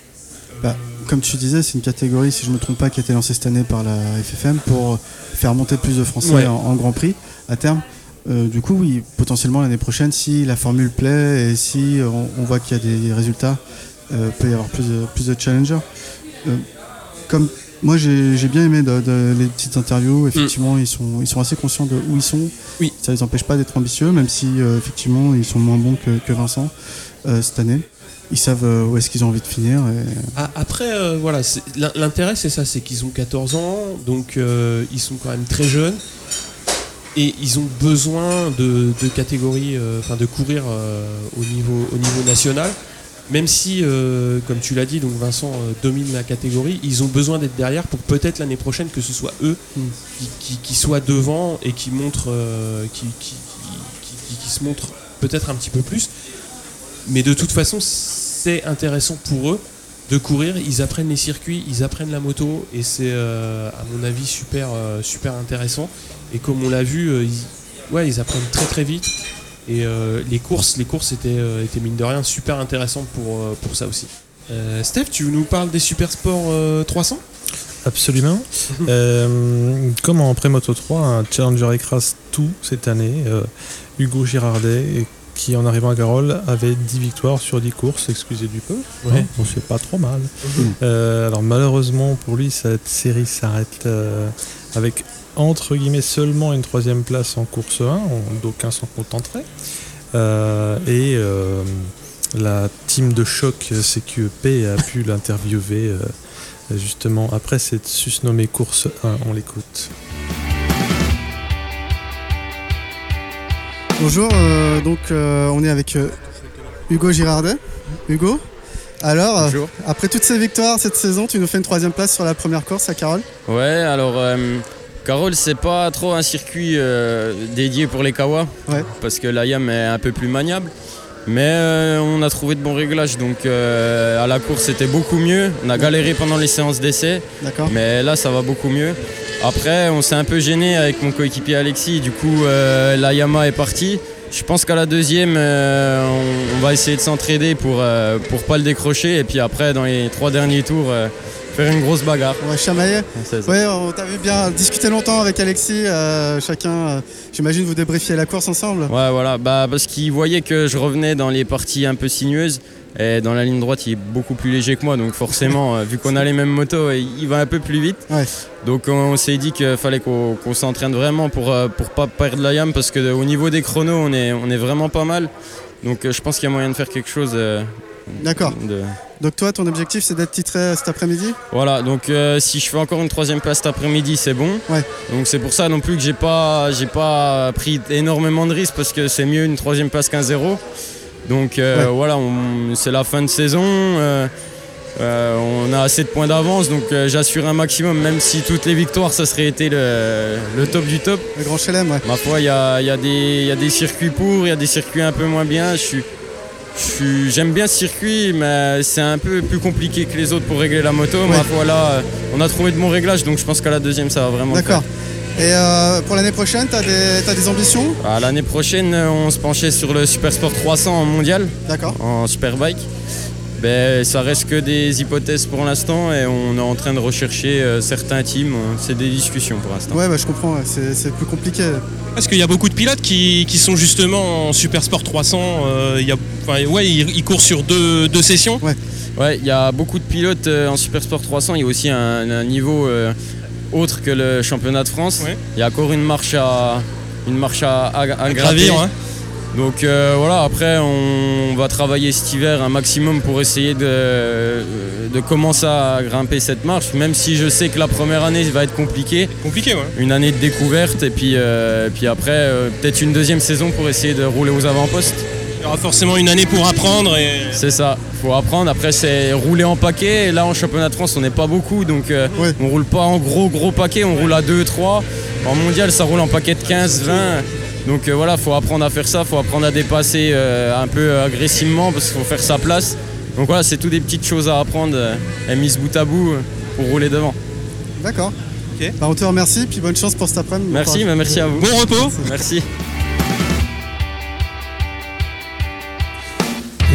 Bah, comme tu disais, c'est une catégorie, si je ne me trompe pas, qui a été lancée cette année par la F F M pour faire monter plus de Français ouais. en, en Grand Prix à terme. Euh, du coup, oui, potentiellement l'année prochaine, si la formule plaît et si on, on voit qu'il y a des résultats, euh, peut y avoir plus de, plus de challengers. Euh, comme moi, j'ai, j'ai bien aimé de, de, les petites interviews. Effectivement, mm. ils sont, ils sont assez conscients de où ils sont. Oui. Ça les empêche pas d'être ambitieux, même si euh, effectivement, ils sont moins bons que, que Vincent euh, cette année. Ils savent euh, où est-ce qu'ils ont envie de finir. Et... Après, euh, voilà, c'est, l'intérêt, c'est ça, c'est qu'ils ont quatorze ans, donc euh, ils sont quand même très jeunes. Et ils ont besoin de, de catégories, enfin euh, de courir euh, au, niveau, au niveau national. Même si, euh, comme tu l'as dit, donc Vincent euh, domine la catégorie, ils ont besoin d'être derrière pour peut-être l'année prochaine que ce soit eux mm. qui, qui, qui soient devant et qui montrent, euh, qui, qui, qui, qui, qui se montrent peut-être un petit peu plus. Mais de toute façon, c'est intéressant pour eux de courir. Ils apprennent les circuits, ils apprennent la moto, et c'est euh, à mon avis super, euh, super intéressant. Et comme on l'a vu, euh, ils, ouais, ils apprennent très très vite. Et euh, les courses, les courses étaient, euh, étaient mine de rien super intéressantes pour, euh, pour ça aussi. Euh, Steph, tu nous parles des Super Sport euh, trois cents ? Absolument. euh, comme en Pré-Moto trois, un Challenger écrase tout cette année. Euh, Hugo Girardet, qui en arrivant à Carole avait dix victoires sur dix courses, excusez du peu. Ouais. Bon, c'est pas trop mal. Mmh. Euh, alors malheureusement pour lui, cette série s'arrête euh, avec entre guillemets seulement une troisième place en course un, d'aucuns s'en contenteraient. Euh, et euh, la team de choc C Q E P a pu l'interviewer euh, justement après cette susnommée course un. On l'écoute. Bonjour, euh, donc euh, on est avec euh, Hugo Girardet. Hugo, alors, euh, après toutes ces victoires cette saison, tu nous fais une troisième place sur la première course à Carole. Ouais, alors euh, Carole, c'est pas trop un circuit euh, dédié pour les Kawa, ouais. parce que la Yam est un peu plus maniable. Mais euh, on a trouvé de bons réglages, donc euh, à la course c'était beaucoup mieux. On a galéré pendant les séances d'essai, D'accord. mais là ça va beaucoup mieux. Après on s'est un peu gêné avec mon coéquipier Alexis, du coup euh, la Yamaha est partie. Je pense qu'à la deuxième euh, on, on va essayer de s'entraider pour, euh, pour pas le décrocher, et puis après dans les trois derniers tours euh, faire une grosse bagarre. Ouais, chamailler. Ouais, on t'a vu bien discuter longtemps avec Alexis, euh, chacun, euh, j'imagine vous débriefiez la course ensemble. Ouais, voilà, bah, parce qu'il voyait que je revenais dans les parties un peu sinueuses, et dans la ligne droite il est beaucoup plus léger que moi, donc forcément euh, vu qu'on a les mêmes motos, il va un peu plus vite. Ouais. Donc on, on s'est dit qu'il fallait qu'on, qu'on s'entraîne vraiment pour euh, pour pas perdre la Yam, parce qu'au niveau des chronos on est, on est vraiment pas mal, donc euh, je pense qu'il y a moyen de faire quelque chose. Euh, D'accord. De... Donc toi, ton objectif, c'est d'être titré cet après-midi ? Voilà, donc euh, si je fais encore une troisième place cet après-midi, c'est bon. Ouais. Donc c'est pour ça non plus que j'ai pas, j'ai pas pris énormément de risques, parce que c'est mieux une troisième place qu'un zéro. Donc euh, ouais. voilà, on, c'est la fin de saison. Euh, euh, on a assez de points d'avance, donc euh, j'assure un maximum, même si toutes les victoires, ça serait été le, le top du top. Le Grand Chelem, ouais. Ma foi, il y a, y a des, y a des circuits pour, il y a des circuits un peu moins bien. Je suis... J'aime bien ce circuit, mais c'est un peu plus compliqué que les autres pour régler la moto. Ouais. Ma foi, là, on a trouvé de bons réglages, donc je pense qu'à la deuxième, ça va vraiment le faire. D'accord. Et euh, pour l'année prochaine, tu as des, t'as des ambitions ? À l'année prochaine, on se penchait sur le Super Sport trois cents en mondial, D'accord. en Superbike. Ben, ça reste que des hypothèses pour l'instant, et on est en train de rechercher euh, certains teams. C'est des discussions pour l'instant. Ouais, bah, je comprends, c'est, c'est plus compliqué. Parce qu'il y a beaucoup de pilotes qui, qui sont justement en Super Sport trois cents. Euh, y a, ouais, ils, ils courent sur deux, deux sessions. Ouais, ouais, il y a beaucoup de pilotes euh, en Super Sport trois cents. Il y a aussi un, un niveau euh, autre que le championnat de France. Il ouais. y a encore une marche à, une marche à, à, à, à gravir. Hein. Donc euh, voilà, après on va travailler cet hiver un maximum pour essayer de, de commencer à grimper cette marche, même si je sais que la première année va être compliquée. Compliqué, ouais. Une année de découverte, et puis, euh, et puis après euh, peut-être une deuxième saison pour essayer de rouler aux avant-postes. Il y aura forcément une année pour apprendre. Et... C'est ça, il faut apprendre. Après c'est rouler en paquet, et là en championnat de France on n'est pas beaucoup, donc euh, ouais. on roule pas en gros gros paquet, on roule à deux trois. En mondial ça roule en paquet de quinze vingt. Donc euh, voilà, il faut apprendre à faire ça, il faut apprendre à dépasser euh, un peu agressivement, parce qu'il faut faire sa place. Donc voilà, c'est toutes des petites choses à apprendre, euh, et mises bout à bout euh, pour rouler devant. D'accord. Okay. Bah, on te remercie, puis bonne chance pour cet après-midi. Merci, bah, merci à vous. Bon repos. Merci. Et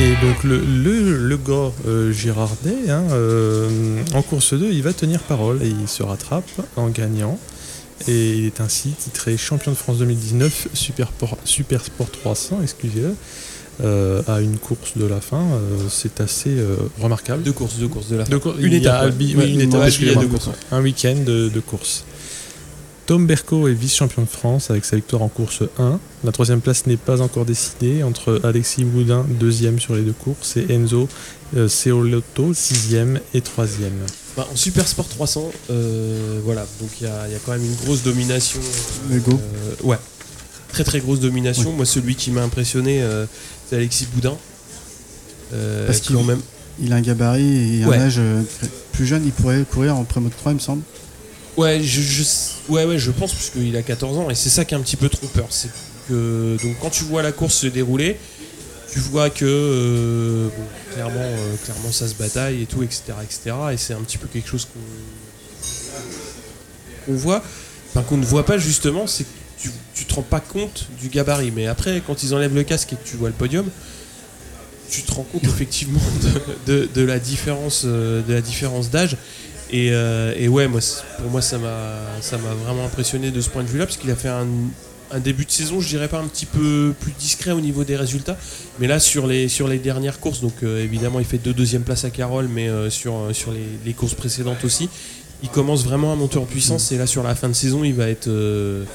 Et donc le, le, le gars euh, Girardet, hein, euh, en course deux, il va tenir parole et il se rattrape en gagnant. Et il est ainsi titré champion de France deux mille dix-neuf, Super, Super Sport trois cents, excusez-le, euh, à une course de la fin. Euh, c'est assez euh, remarquable. Deux courses, deux courses de la fin. Deux cours, une il y a étape. Albi, Oui, ouais, une une étape. étape, Il y a deux courses. Un week-end de, de course. Tom Berco est vice-champion de France avec sa victoire en course un. La troisième place n'est pas encore décidée entre Alexis Boudin, deuxième sur les deux courses, et Enzo euh, Ceolotto, sixième et troisième. Bah, en Super Sport trois cents, euh, voilà, donc il y, y a quand même une grosse domination. Lego. Euh, ouais, très très grosse domination. Ouais. Moi, celui qui m'a impressionné, euh, c'est Alexis Boudin. Euh, Parce qu'il même... il a un gabarit et ouais. un âge euh, plus jeune, il pourrait courir en Prémode trois, il me semble. Ouais, je, je, ouais, ouais, je pense, puisqu'il a quatorze ans, et c'est ça qui est un petit peu trompeur. C'est que donc, quand tu vois la course se dérouler, tu vois que euh, bon, clairement, euh, clairement ça se bataille et tout, et cetera, et cetera. Et c'est un petit peu quelque chose qu'on, qu'on voit, enfin qu'on ne voit pas justement, c'est que tu, tu te rends pas compte du gabarit. Mais après, quand ils enlèvent le casque et que tu vois le podium, tu te rends compte effectivement de, de, de la différence, euh, de la différence d'âge. Et, euh, et ouais, moi, pour moi, ça m'a, ça m'a vraiment impressionné de ce point de vue-là, parce qu'il a fait un, un début de saison, je dirais pas un petit peu plus discret au niveau des résultats, mais là sur les, sur les dernières courses, donc euh, évidemment il fait deux deuxième place à Carole, mais euh, sur, sur les, les courses précédentes aussi, il commence vraiment à monter en puissance, et là sur la fin de saison, il va être, euh,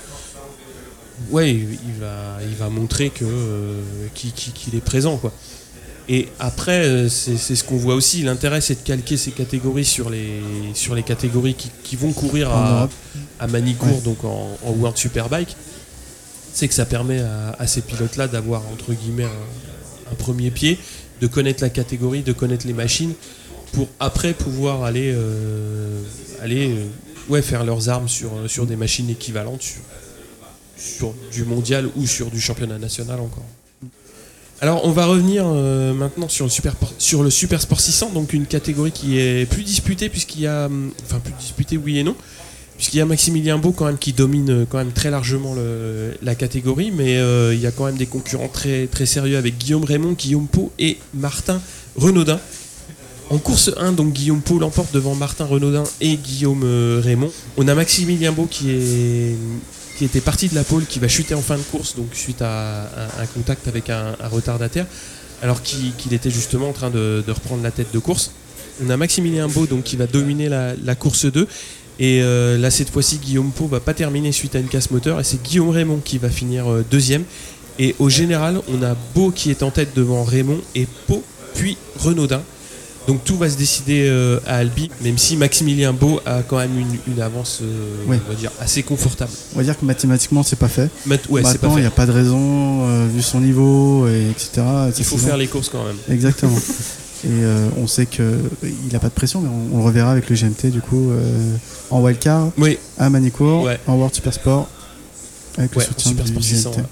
ouais, il, il va, il va montrer que euh, qu'il, qu'il est présent, quoi. Et après, c'est, c'est ce qu'on voit aussi. L'intérêt, c'est de calquer ces catégories sur les, sur les catégories qui, qui vont courir à, à Manicourt, ouais. donc en, en World Superbike. C'est que ça permet à, à ces pilotes-là d'avoir, entre guillemets, un, un premier pied, de connaître la catégorie, de connaître les machines, pour après pouvoir aller, euh, aller euh, ouais, faire leurs armes sur, sur des machines équivalentes, sur, sur du mondial ou sur du championnat national encore. Alors on va revenir euh, maintenant sur le, super, sur le Super Sport six cents, donc une catégorie qui est plus disputée puisqu'il y a, enfin plus disputée oui et non, puisqu'il y a Maximilien Beau quand même qui domine quand même très largement le, la catégorie, mais euh, il y a quand même des concurrents très, très sérieux avec Guillaume Raymond, Guillaume Pau et Martin Renaudin. En course un, donc Guillaume Pau l'emporte devant Martin Renaudin et Guillaume euh, Raymond. On a Maximilien Beau qui est... qui était parti de la pole, qui va chuter en fin de course, donc suite à un, un contact avec un, un retardataire, alors qu'il, qu'il était justement en train de, de reprendre la tête de course. On a Maximilien Beau donc, qui va dominer la, la course deux, et euh, là cette fois-ci Guillaume Pau va pas terminer suite à une casse moteur, et c'est Guillaume Raymond qui va finir euh, deuxième. Et au général, on a Beau qui est en tête devant Raymond, et Pau puis Renaudin. Donc tout va se décider euh, à Albi, même si Maximilien Beau a quand même une, une avance, euh, oui. on va dire, assez confortable. On va dire que mathématiquement, c'est pas fait. Mat- ouais, Maintenant, il n'y a pas de raison, euh, vu son niveau, et etc. Il faut faire les courses quand même. Exactement. Et euh, on sait qu'il n'a pas de pression, mais on, on le reverra avec le G M T, du coup, euh, en wildcard, oui. à Manicourt, ouais. en World Super Sport, avec ouais, le soutien Super du Sport G M T. six cents. Ouais.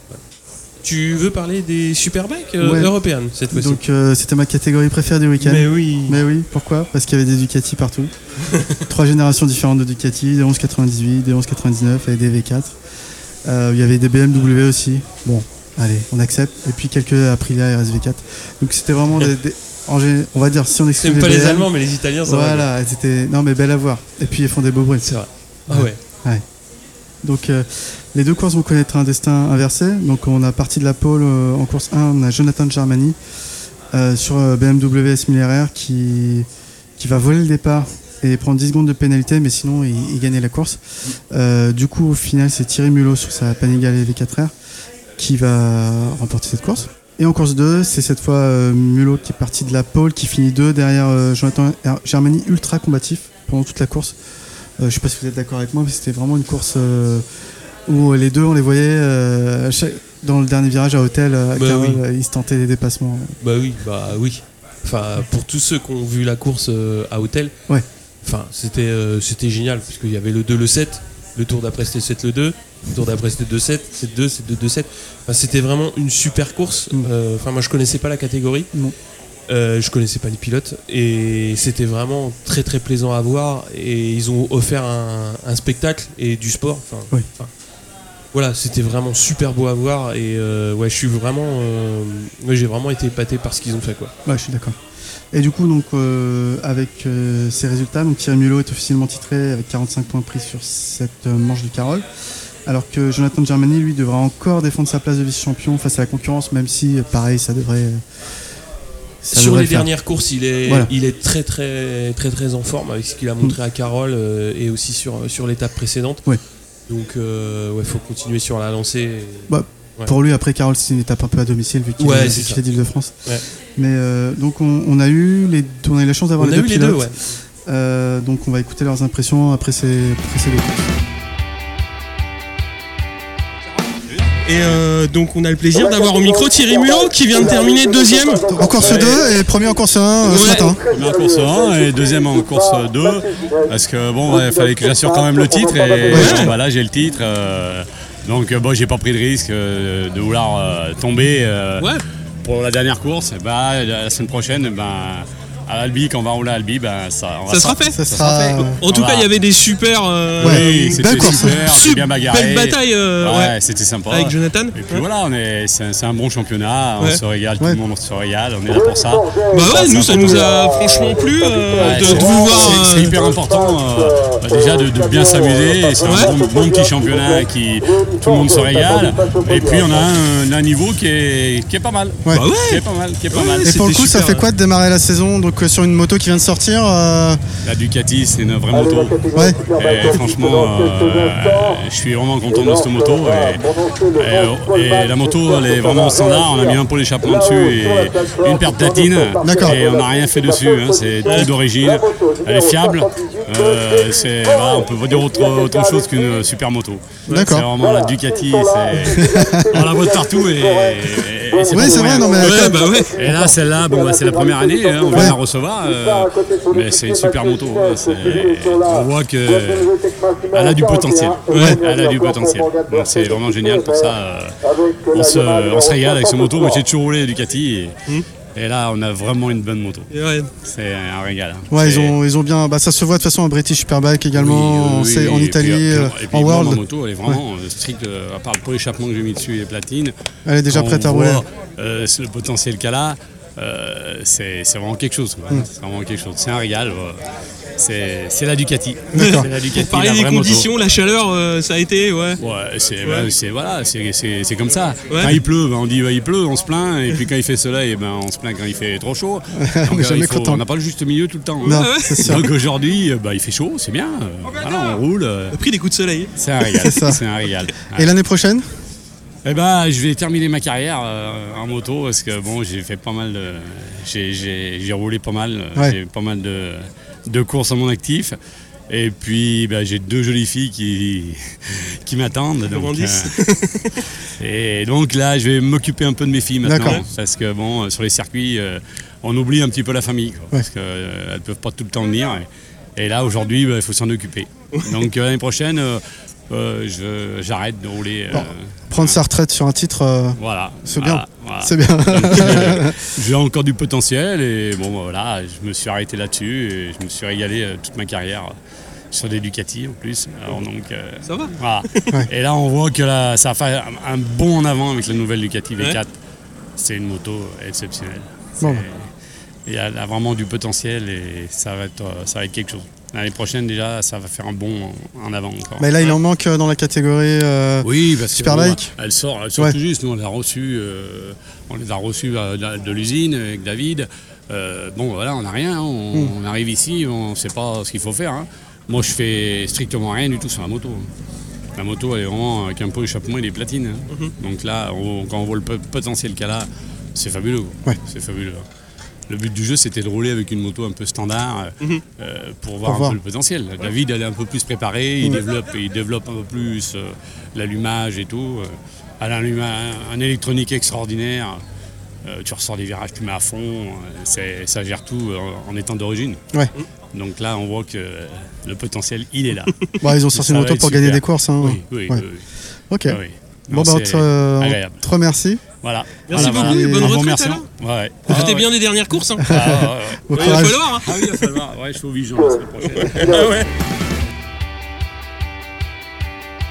Tu veux parler des Superbikes euh, ouais. européennes cette fois-ci? Donc euh, c'était ma catégorie préférée du week-end. Mais oui. Mais oui, pourquoi? Parce qu'il y avait des Ducati partout. Trois générations différentes de Ducati, des onze quatre-vingt-dix-huit, des onze quatre-vingt-dix-neuf et des V quatre. Euh, il y avait des B M W aussi. Bon, allez, on accepte. Et puis quelques Aprilia R S V quatre. Donc c'était vraiment des, des en, on va dire si on exclut les pas B M, les Allemands, mais les Italiens, ça voilà, va. Voilà, c'était non mais belle à voir. Et puis ils font des beaux bruits. C'est vrai. Ah ouais. Ouais. Donc euh, les deux courses vont connaître un destin inversé. Donc on a parti de la pole euh, en course un, on a Jonathan Germani euh, sur euh, B M W S mille R R qui, qui va voler le départ et prendre dix secondes de pénalité, mais sinon il, il gagnait la course. Euh, du coup au final c'est Thierry Mulot sur sa Panigale V quatre R qui va remporter cette course. Et en course deux, c'est cette fois euh, Mulot qui est parti de la pole, qui finit deux derrière euh, Jonathan Germani, ultra combatif pendant toute la course. Euh, je ne sais pas si vous êtes d'accord avec moi, mais c'était vraiment une course euh, où les deux, on les voyait euh, chaque, dans le dernier virage à Hôtel, à bah Carole, oui. ils se tentaient des dépassements. Bah oui, bah oui. Enfin, pour tous ceux qui ont vu la course euh, à Hôtel, ouais. enfin, c'était, euh, c'était génial, parce qu'il y avait le deux, le sept, le tour d'après c'était sept, le deux, le tour d'après c'était deux sept, sept deux, sept deux, deux sept. Enfin, c'était vraiment une super course. Enfin, euh, moi je connaissais pas la catégorie. Non. Euh, je connaissais pas les pilotes et c'était vraiment très très plaisant à voir et ils ont offert un, un spectacle et du sport. Enfin, oui. enfin, voilà, c'était vraiment super beau à voir et euh, ouais, je suis vraiment, euh, ouais, j'ai vraiment été épaté par ce qu'ils ont fait, quoi. Ouais, je suis d'accord. Et du coup, donc, euh, avec euh, ces résultats, donc Thierry Mulot est officiellement titré avec quarante-cinq points pris sur cette euh, manche du Carroll, alors que Jonathan Germany, lui, devra encore défendre sa place de vice-champion face à la concurrence, même si, pareil, ça devrait... Ça sur devrait les faire. dernières courses, il est, Voilà. il est très très très très en forme avec ce qu'il a montré à Carroll euh, et aussi sur, sur l'étape précédente. Ouais. Donc, euh, ouais, faut continuer sur la lancée. Et... Bah, ouais. Pour lui, après Carroll, c'est une étape un peu à domicile vu qu'il Ouais, est, c'est qu'il ça. est d'Île-de-France. Ouais. Mais euh, donc, on, on a eu les, on a eu la chance d'avoir On les a deux eu les pilotes. deux, ouais. Euh, donc, on va écouter leurs impressions après ces, après ces deux courses. Et euh, donc on a le plaisir d'avoir au micro Thierry Mulot qui vient de terminer deuxième. En course deux et premier en course un euh, ce Ouais. matin. Premier en course un et deuxième en course deux. Parce que bon, il fallait que j'assure quand même le titre. Et Ouais. bon, bah là, j'ai le titre. euh, donc bon, j'ai pas pris de risque euh, de vouloir euh, tomber euh, Ouais. pour la dernière course. Et bah, la semaine prochaine, ben, à Albi, quand on va rouler à Albi, ben, ça, on va Ça sera fait. Ça sera. fait. En tout Voilà. cas, il y avait des super, euh, Ouais. Oui, c'était belle course. super, j'ai sup- bien bagarré. belle bataille euh, ouais, ouais, c'était sympa. avec Jonathan. Et puis voilà, on est, c'est, un, c'est un bon championnat, Ouais. on se régale, Ouais. tout le monde se régale, on est là pour ça. Bah ouais, nous ça c'est nous important. a franchement plu euh, Ouais, de, c'est, de vous voir. c'est- c'est euh, hyper important euh, bah, déjà de, de bien s'amuser. Et c'est Ouais. un bon, bon petit championnat qui tout le monde se régale. Et puis on a un, un niveau qui est, qui est pas mal. Ouais. Bah ouais. Qui est pas mal, qui est pas Ouais, mal. Et pour le C'était coup, ça super, fait quoi de démarrer la saison donc euh, sur une moto qui vient de sortir euh, La Ducati, c'est une vraie moto. Ouais. Et franchement, euh, je suis vraiment content de cette moto. Et, et- et la moto, elle est vraiment standard. On a mis un pot d'échappement dessus et une paire de platines. D'accord. Et on n'a rien fait dessus. hein. C'est tout d'origine. Elle est fiable. Euh, c'est, voilà, on peut pas dire autre, autre chose qu'une super moto. D'accord. C'est vraiment la Ducati. C'est, on la voit de partout. Et, et- et c'est Ouais, pas c'est pour vrai, rien. non mais. Ouais, bah ouais. Et là, celle-là, bon, bah, c'est la première année, hein, on vient Ouais. de la recevoir, euh, mais c'est une super moto. hein, c'est- on voit qu'elle a du potentiel. Ouais. Elle a du potentiel. Donc c'est vraiment génial pour ça. euh, on, se, on se régale avec ce moto. Moi, j'ai toujours roulé Ducati. Et, Hmm. et là, on a vraiment une bonne moto. Et ouais. C'est un régal. hein. Ouais, ils C'est- ont, ils ont bien. Bah, ça se voit de toute façon en British Superbike également, Oui, en- oui, c'est- en et puis, Italie, et puis, euh, et puis, en moi, World. Ma moto, elle est vraiment euh, stricte, euh, à part le pot d'échappement que j'ai mis dessus et les platines. Elle est déjà Quand prête on à rouler. voit, euh, c'est le potentiel qu'elle a, euh, c'est, c'est vraiment quelque chose. quoi. Mm. C'est vraiment quelque chose. C'est un régal. euh, C'est, c'est la Ducati. D'accord. C'est la Ducati, Pareil la les vraie moto. conditions, la chaleur, euh, ça a été, ouais. Ouais, c'est, Ouais. ben, c'est, voilà, c'est, c'est, c'est comme ça. Ouais. Quand il pleut, ben, on dit ben, il pleut, on se plaint. Et puis quand il fait soleil, ben, on se plaint quand il fait trop chaud. Donc, On est euh, jamais il faut- content. on n'a pas le juste milieu tout le temps. hein. Non, ouais. c'est sûr. Donc aujourd'hui, euh, ben, il fait chaud, c'est bien. euh, Voilà, on roule. euh, On a pris des coups de soleil. C'est un régal. C'est ça. C'est un régal. Et l'année prochaine Eh ben, je vais terminer ma carrière euh, en moto parce que bon, j'ai fait pas mal de, j'ai, j'ai, j'ai roulé pas mal, euh, Ouais. j'ai pas mal de, de courses à mon actif. Et puis, ben, j'ai deux jolies filles qui, qui m'attendent. Donc, grandissent. euh, et donc là, je vais m'occuper un peu de mes filles maintenant, D'accord. parce que bon, euh, sur les circuits, euh, on oublie un petit peu la famille, quoi, Ouais. parce qu'elles ne peuvent pas tout le temps venir. Et, et là, aujourd'hui, ben, il faut s'en occuper. Donc euh, l'année prochaine. euh, Euh, je, j'arrête de rouler. euh, Bon, prendre sa retraite sur un titre, euh, voilà. c'est voilà, bien. voilà. C'est bien. Donc, euh, j'ai encore du potentiel et bon, bah, voilà, je me suis arrêté là-dessus et je me suis régalé euh, toute ma carrière euh, sur des Ducati en plus. Alors, donc, euh, Ça va. voilà. Ouais. Et là, on voit que là, ça a fait un, un bond en avant avec la nouvelle Ducati V quatre. C'est une moto exceptionnelle. Bon. C'est- Il y a là vraiment du potentiel et ça va être, euh, ça va être quelque chose. L'année prochaine, déjà, ça va faire un bond en, en avant encore. Mais là, il en manque euh, dans la catégorie euh, Oui, parce que Superbike. bon, elle sort, elle sort Ouais. tout juste. Nous, on l'a reçu, euh, on les a reçus euh, de, de l'usine avec David. Euh, bon, voilà, on n'a rien. hein. On, Mm. on arrive ici, on ne sait pas ce qu'il faut faire. hein. Moi, je fais strictement rien du tout sur la moto. hein. La moto, elle est vraiment avec un pot d'échappement et des platines. hein. Mm-hmm. Donc là, on- quand on voit le po- potentiel qu'elle a, c'est fabuleux. quoi. Ouais. C'est fabuleux. Le but du jeu, c'était de rouler avec une moto un peu standard euh, Mhm. euh, pour voir Pour un voir. peu le potentiel. David, elle est un peu plus préparée, il, Mhm. développe, il développe un peu plus euh, l'allumage et tout. euh. Elle a un, un- un électronique extraordinaire. Euh, tu ressors des virages, tu mets à fond. euh, c'est- ça gère tout euh, en étant d'origine. Ouais. Donc là, on voit que euh, le potentiel, il est là. Bon, ils ont sorti Ça une va moto être pour gagner super. des courses. Hein. Oui, oui, Ouais. oui, oui. Ok. Ah oui. Bon, Non, bah, on c'est te, euh, agréable. on te remercie. Voilà. Merci Voilà, beaucoup, voilà. bonne Un bon retraite, remerciement. Ouais. Profitez Ah, bien des dernières courses. Hein. Ah, ouais, ouais. Bon Ouais, il va courage. falloir. Hein. Ah oui, il va falloir. Ouais, je suis au Vigeant la semaine prochaine. Ah ouais.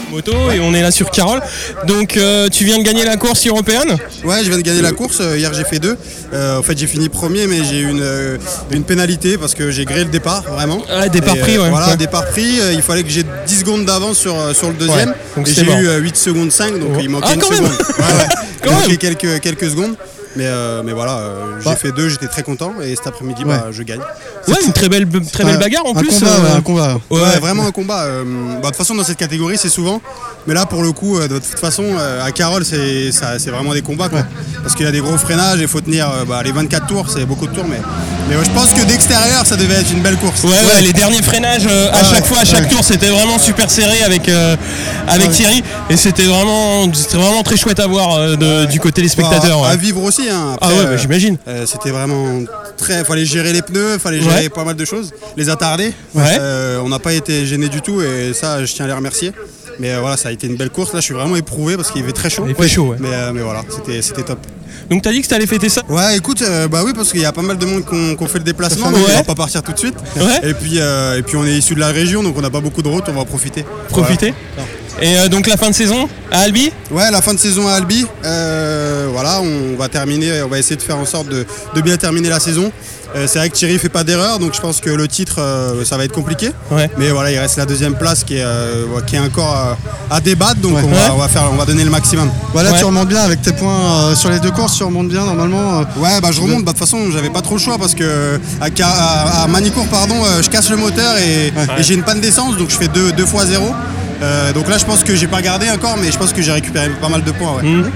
moto et on est là sur Carole. Donc euh, tu viens de gagner la course européenne ? Ouais, je viens de gagner la course. Hier j'ai fait deux. Euh, en fait j'ai fini premier, mais j'ai eu une, euh, une pénalité parce que j'ai grillé le départ vraiment. Ah, départ et, pris, euh, ouais. Voilà, ouais. départ pris. Euh, il fallait que j'ai dix secondes d'avance sur, sur le deuxième. Ouais, donc et c'est j'ai mort. eu euh, huit secondes cinq, donc Oh. il manquait Ah, une quand même. seconde. Ouais, ouais. Quand Il manquait même. quelques, quelques secondes. Mais, euh, mais voilà, euh, j'ai Bah. fait deux, j'étais très content et cet après-midi Ouais. bah, je gagne. Ouais, une très belle, très belle bagarre en un plus. combat, euh, ouais, un combat. Ouais, Ouais. vraiment un combat. euh, bah, de toute façon, dans cette catégorie, c'est souvent. Mais là, pour le coup, euh, de toute façon, euh, à Carole, c'est ça- c'est vraiment des combats. Quoi. Parce qu'il y a des gros freinages, il faut tenir euh, bah, les vingt-quatre tours, c'est beaucoup de tours. Mais, mais ouais, je pense que d'extérieur, ça devait être une belle course. Ouais, ouais, les derniers freinages euh, à Ouais, chaque fois, à chaque ouais. tour, c'était vraiment super serré avec, euh, avec Ouais. Thierry. Et c'était vraiment, c'était vraiment très chouette à voir euh, de- du côté des spectateurs. Bah, à ouais. vivre aussi. Hein. Ah Après, ouais, bah, j'imagine. euh, C'était vraiment très. Fallait gérer les pneus, fallait gérer Ouais. pas mal de choses, les attarder. Ouais. Euh, on n'a pas été gêné du tout et ça, je tiens à les remercier. Mais euh, voilà, ça a été une belle course. Là, je suis vraiment éprouvé parce qu'il fait très chaud. Il fait chaud, ouais. Mais, euh, mais voilà, c'était c'était top. Donc t'as dit que t'allais fêter ça ? Ouais, écoute, euh, bah oui, parce qu'il y a pas mal de monde qui ont, qui ont fait le déplacement, Ouais. donc on va pas partir tout de suite. Ouais. Et puis, euh, et puis on est issu de la région, donc on n'a pas beaucoup de route, on va profiter. Profiter. Et euh, donc la fin de saison à Albi ? Ouais, la fin de saison à Albi. Euh, voilà, on va terminer, on va essayer de faire en sorte de, de bien terminer la saison. Euh, c'est vrai que Thierry fait pas d'erreur, donc je pense que le titre, euh, ça va être compliqué. Ouais. Mais voilà, il reste la deuxième place qui est, euh, qui est encore à, à débattre, donc Ouais. on, Ouais. va, on, va faire, on va donner le maximum. Voilà, Ouais. tu remontes bien avec tes points euh, sur les deux courses, tu remontes bien normalement. euh, Ouais, bah je remonte. Bah, de toute façon, j'avais pas trop le choix parce que à, Ca- à- à Manicourt, pardon, euh, je casse le moteur et, et j'ai une panne d'essence, donc je fais deux, deux fois zéro. Euh, donc là, je pense que j'ai pas regardé encore, mais je pense que j'ai récupéré pas mal de points. Ouais. Mmh.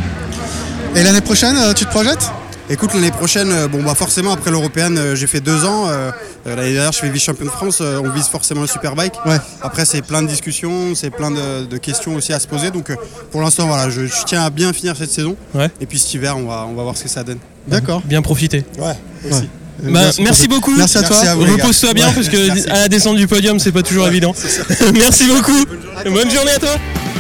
Et l'année prochaine, euh, tu te projettes ? Écoute, l'année prochaine, euh, bon bah forcément après l'européenne, euh, j'ai fait deux ans. euh, euh, L'année dernière, je fais vice-champion de France. euh, on vise forcément le Superbike. Ouais. Après, c'est plein de discussions, c'est plein de, de questions aussi à se poser. Donc euh, pour l'instant, voilà, je, je tiens à bien finir cette saison. Ouais. Et puis cet hiver, on va, on va voir ce que ça donne. D'accord. Bien profiter. Ouais. Aussi. Euh, Bah, merci merci pour- beaucoup. Merci à toi. Merci à vous, les gars. Repose-toi bien Ouais. parce que Merci. à la descente du podium, c'est pas toujours évident. Merci beaucoup. Bonne journée à toi.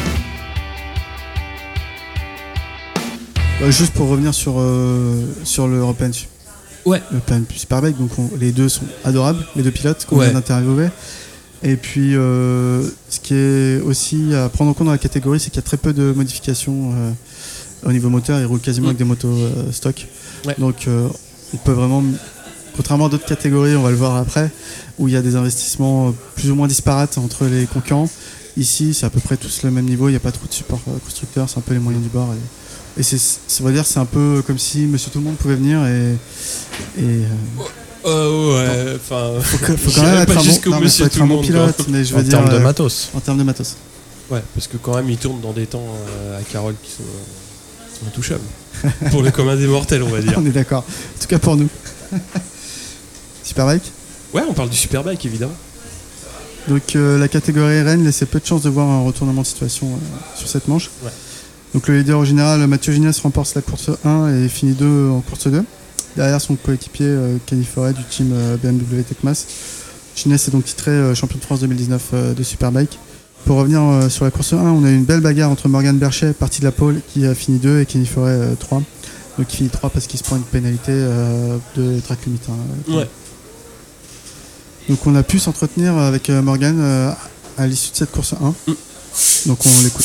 Euh, juste pour revenir sur, euh, sur le European, Ouais. European Superbike, donc on- les deux sont adorables, les deux pilotes qu'on Ouais. vient d'interviewer. Et puis, euh, ce qui est aussi à prendre en compte dans la catégorie, c'est qu'il y a très peu de modifications euh, au niveau moteur. Ils roulent quasiment Mm. avec des motos euh, stock. Ouais. Donc, euh, on peut vraiment, contrairement à d'autres catégories, on va le voir après, où il y a des investissements euh, plus ou moins disparates entre les concurrents. Ici, c'est à peu près tous le même niveau. Il n'y a pas trop de support euh, constructeur. C'est un peu les moyens du bord. Et, et c'est, ça veut dire, c'est un peu comme si Monsieur Tout le Monde pouvait venir et. et euh, Euh, ouais, enfin. faut, que- faut quand j'irai même être pas un bon, jusqu'au non, mais monsieur faut être tout un le bon monde, pilote, quoi. mais je En veux dire, termes de euh, matos. En termes de matos. Ouais, parce que quand même, ils tournent dans des temps euh, à Carole qui sont, euh, sont intouchables. Pour le commun des mortels, on va dire. On est d'accord. En tout cas pour nous. Superbike. Ouais, on parle du Superbike, évidemment. Donc euh, la catégorie Rennes laissait peu de chances de voir un retournement de situation euh, sur cette manche. Ouais. Donc le leader au général, Mathieu Ginès, remporte la course un et finit deux en course deux. Derrière son coéquipier euh, Kenny Forêt du team euh, B M W Tecmas. Ginès est donc titré euh, champion de France deux mille dix-neuf euh, de Superbike. Pour revenir euh, sur la course un, on a eu une belle bagarre entre Morgan Berchet, parti de la pole, qui a fini deux, et Kenny Forêt euh, trois. Donc il finit trois parce qu'il se prend une pénalité euh, de track limit. hein. Ouais. Donc on a pu s'entretenir avec euh, Morgan euh, à l'issue de cette course un. Mm. Donc on l'écoute.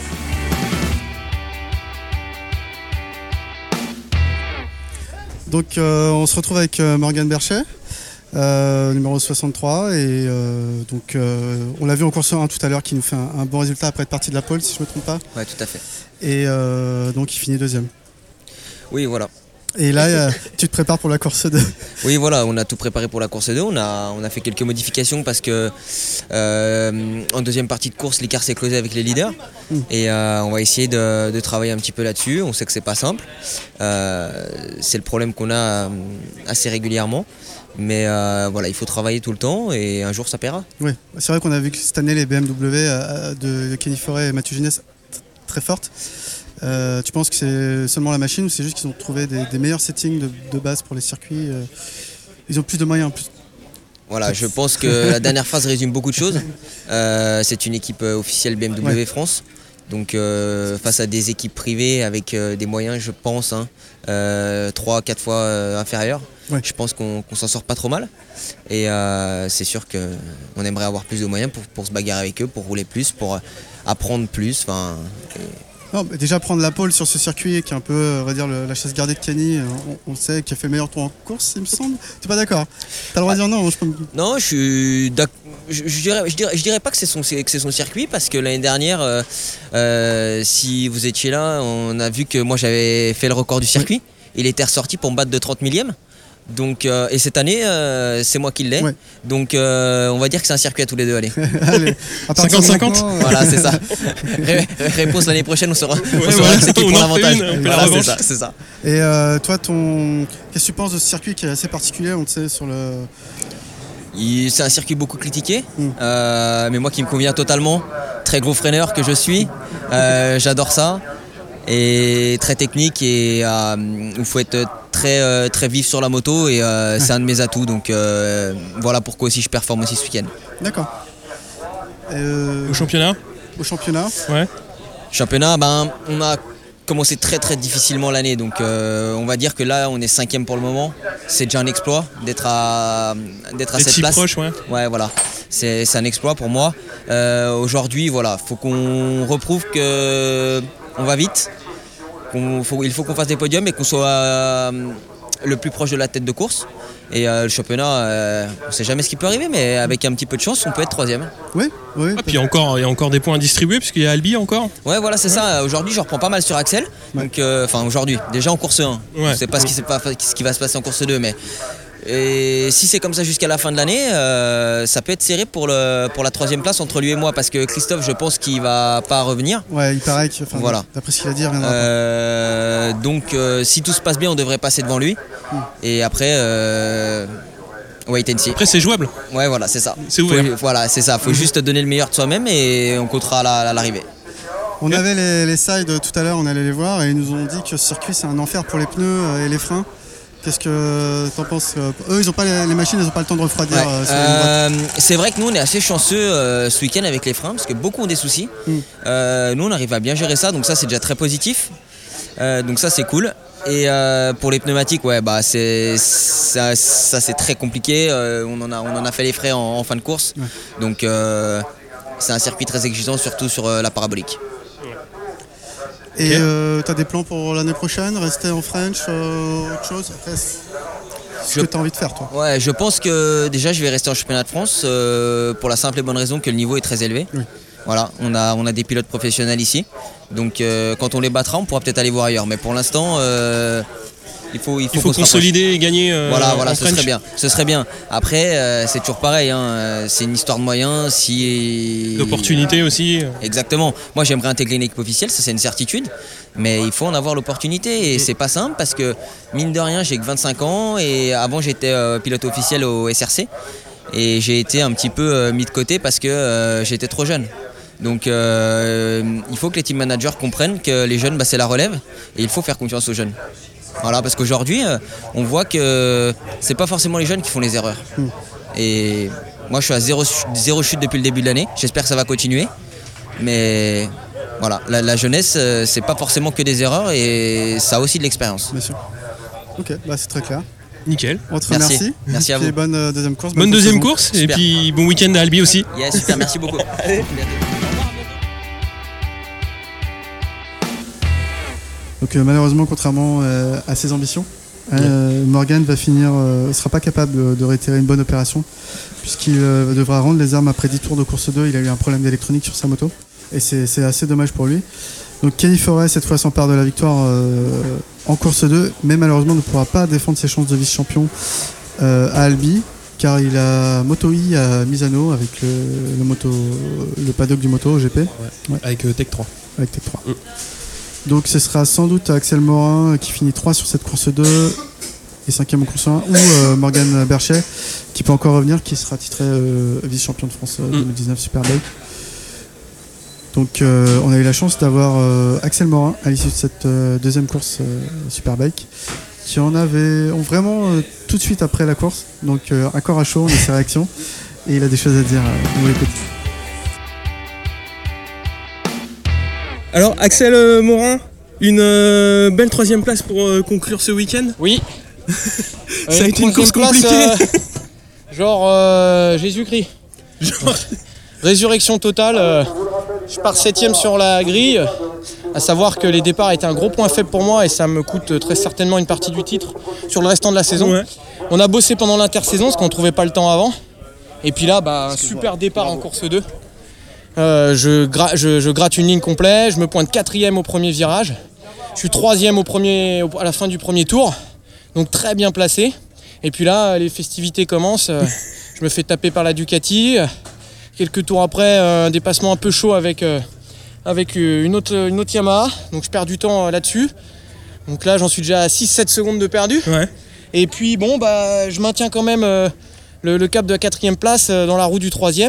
Donc euh, on se retrouve avec euh, Morgan Berchet, euh, numéro soixante-trois, et euh, donc euh, on l'a vu en course un tout à l'heure, qui nous fait un, un bon résultat après être parti de la pole, si je ne me trompe pas. Ouais, tout à fait. Et euh, donc il finit deuxième. Oui, voilà. Et là, euh, tu te prépares pour la course deux. Oui, voilà, on a tout préparé pour la course deux. On a, on a fait quelques modifications parce que euh, en deuxième partie de course, l'écart s'est closé avec les leaders. Mm. Et euh, on va essayer de, de travailler un petit peu là-dessus. On sait que c'est pas simple. Euh, c'est le problème qu'on a euh, assez régulièrement. Mais euh, voilà, il faut travailler tout le temps et un jour ça paiera. Oui, c'est vrai qu'on a vu que cette année les B M W euh, de Kenny Forêt et Mathieu Ginès très fortes. Euh, tu penses que c'est seulement la machine ou c'est juste qu'ils ont trouvé des, des meilleurs settings de, de base pour les circuits euh, ils ont plus de moyens en plus. Voilà, je pense que la dernière phase résume beaucoup de choses. Euh, c'est une équipe euh, officielle B M W Ouais. France. Donc euh, face à des équipes privées avec euh, des moyens, je pense, hein, euh, trois à quatre fois euh, inférieurs. Ouais. Je pense qu'on qu'on s'en sort pas trop mal. Et euh, c'est sûr qu'on aimerait avoir plus de moyens pour, pour se bagarrer avec eux, pour rouler plus, pour apprendre plus. Enfin, non, bah déjà prendre la pole sur ce circuit qui est un peu, on va dire, le, la chasse gardée de Kenny, on, on sait qu'il a fait le meilleur tour en course, il me semble. T'es pas d'accord? T'as le droit de dire non? Je peux... Non, je suis d'accord. Je, je, dirais, je, dirais, je dirais pas que c'est son, que c'est son circuit, parce que l'année dernière, euh, euh, si vous étiez là, on a vu que moi j'avais fait le record du circuit. Il était ressorti pour me battre de trente millième. Donc, euh, et cette année, euh, c'est moi qui l'ai. Ouais. Donc, euh, on va dire que c'est un circuit à tous les deux. Allez. Allez cinquante cinquante. Voilà, c'est ça. Ré réponse l'année prochaine, on saura, ouais, on saura ouais, c'est qui prend l'avantage. Voilà, c'est ça, c'est ça. Et euh, toi, ton... qu'est-ce que tu penses de ce circuit qui est assez particulier, on le sait, sur le... C'est un circuit beaucoup critiqué, mmh. euh, mais moi qui me convient totalement. Très gros freineur que je suis, euh, j'adore ça. Et très technique, et euh, il faut être très, euh, très vif sur la moto, et euh, c'est un de mes atouts. Donc euh, voilà pourquoi aussi je performe aussi ce week-end. D'accord. Euh... Au championnat Au championnat Ouais. Championnat, ben, on a commencé très très difficilement l'année, donc euh, on va dire que là on est cinquième pour le moment. C'est déjà un exploit d'être à, d'être à cette si place. Proche, ouais. Ouais, voilà. C'est, c'est un exploit pour moi. Euh, aujourd'hui, voilà, faut qu'on reprouve que on va vite. Qu'on, faut, il faut qu'on fasse des podiums et qu'on soit euh, le plus proche de la tête de course. Et euh, le championnat, euh, on ne sait jamais ce qui peut arriver, mais avec un petit peu de chance, on peut être troisième. Oui, oui. Ah, puis il y a encore, il y a encore des points à distribuer, puisqu'il y a Albi encore. Ouais, voilà, c'est ouais. ça. Aujourd'hui, je reprends pas mal sur Axel. Ouais. Donc, enfin, euh, aujourd'hui, déjà en course un. Ouais. Je ne sais pas, ouais. ce, qui, pas ce qui va se passer en course deux, mais. Et si c'est comme ça jusqu'à la fin de l'année, euh, ça peut être serré pour, le, pour la troisième place entre lui et moi, parce que Christophe, je pense qu'il va pas revenir. Ouais, il paraît que, enfin, voilà. d'après ce qu'il a dit, il reviendra euh, pas. Donc, euh, si tout se passe bien, on devrait passer devant lui. Mm. Et après, euh, wait and see. Après, c'est jouable. Ouais, voilà, c'est ça. C'est ouvert. Faut, voilà, c'est ça. Faut mm. juste donner le meilleur de soi-même et on comptera à l'arrivée. On okay. avait les, les sides tout à l'heure, on allait les voir et ils nous ont dit que ce circuit, c'est un enfer pour les pneus et les freins. Qu'est-ce que t'en penses? Eux, ils ont pas les, les machines, ils n'ont pas le temps de refroidir. Ouais. Euh, c'est vrai que nous, on est assez chanceux euh, ce week-end avec les freins, parce que beaucoup ont des soucis. Mm. Euh, nous, on arrive à bien gérer ça, donc ça, c'est déjà très positif. Euh, donc ça, c'est cool. Et euh, pour les pneumatiques, ouais, bah c'est ça, ça c'est très compliqué. Euh, on en a, on en a fait les frais en, en fin de course. Ouais. Donc euh, c'est un circuit très exigeant, surtout sur euh, la parabolique. Et okay. euh, tu as des plans pour l'année prochaine? Rester en French, euh, autre chose? Après, ce je... que tu as envie de faire, toi? Ouais, je pense que déjà je vais rester en championnat de France euh, pour la simple et bonne raison que le niveau est très élevé. Oui. Voilà, on a, on a des pilotes professionnels ici. Donc euh, quand on les battra, on pourra peut-être aller voir ailleurs. Mais pour l'instant, euh, il faut, il faut, il faut consolider et gagner. Euh, voilà, voilà, en ce French. serait bien. Ce serait bien. Après, euh, c'est toujours pareil. Hein, c'est une histoire de moyens. Si... L'opportunité aussi. Exactement. Moi, j'aimerais intégrer une équipe officielle, ça c'est une certitude. Mais il faut en avoir l'opportunité et mmh. c'est pas simple parce que mine de rien, j'ai que vingt-cinq ans et avant j'étais euh, pilote officiel au S R C et j'ai été un petit peu euh, mis de côté parce que euh, j'étais trop jeune. Donc euh, il faut que les team managers comprennent que les jeunes, bah, c'est la relève et il faut faire confiance aux jeunes. Voilà, parce qu'aujourd'hui, euh, on voit que c'est pas forcément les jeunes qui font les erreurs. Mmh. Et moi, je suis à zéro, zéro chute depuis le début de l'année. J'espère que ça va continuer. Mais voilà, la, la jeunesse, euh, c'est pas forcément que des erreurs et ça a aussi de l'expérience. Bien sûr. Ok, bah, c'est très clair. Nickel. On te remercie. Merci, merci à vous. Et bonne euh, deuxième course. Bonne, bonne deuxième course et puis bon week-end à Albi aussi. Yeah, super, merci beaucoup. Allez. Donc euh, malheureusement, contrairement euh, à ses ambitions, euh, ouais. Morgan va finir, euh, sera pas capable de, de réitérer une bonne opération puisqu'il euh, devra rendre les armes après dix tours de course deux. Il a eu un problème d'électronique sur sa moto et c'est, c'est assez dommage pour lui. Donc Kenny Forest cette fois s'empare de la victoire euh, en course deux, mais malheureusement ne pourra pas défendre ses chances de vice-champion euh, à Albi car il a Moto I à Misano avec le, le, moto, le paddock du moto au G P. Ouais. Ouais. Avec euh, Tech trois. Avec Tech trois. Mm. Donc ce sera sans doute Axel Morin qui finit trois sur cette course deux et cinquième en course un, ou euh, Morgan Berchet qui peut encore revenir, qui sera titré euh, vice-champion de France euh, deux mille dix-neuf Superbike. Donc euh, on a eu la chance d'avoir euh, Axel Morin à l'issue de cette euh, deuxième course euh, Superbike qui en avait on, vraiment euh, tout de suite après la course. Donc euh, un corps à chaud, on a ses réactions et il a des choses à dire. Euh, on l'écoute. Alors Axel euh, Morin, une euh, belle troisième place pour euh, conclure ce week-end. Oui, Ça a été une course place, compliquée. euh, genre euh, Jésus-Christ. Genre... Résurrection totale. euh, je pars septième sur la grille. À savoir que les départs étaient un gros point faible pour moi et ça me coûte très certainement une partie du titre sur le restant de la saison. Ouais. On a bossé pendant l'intersaison parce qu'on ne trouvait pas le temps avant. Et puis là, bah, un super départ en course deux. Euh, je, gra- je, je gratte une ligne complète, je me pointe quatrième au premier virage. Je suis troisième au premier, au- à la fin du premier tour. Donc très bien placé. Et puis là, les festivités commencent. Euh, je me fais taper par la Ducati. Quelques tours après, un dépassement un peu chaud avec, euh, avec une, autre, une autre Yamaha. Donc je perds du temps euh, là-dessus. Donc là, j'en suis déjà à six sept secondes de perdu. Ouais. Et puis bon, bah, je maintiens quand même euh, le, le cap de la quatrième place euh, dans la roue du troisième.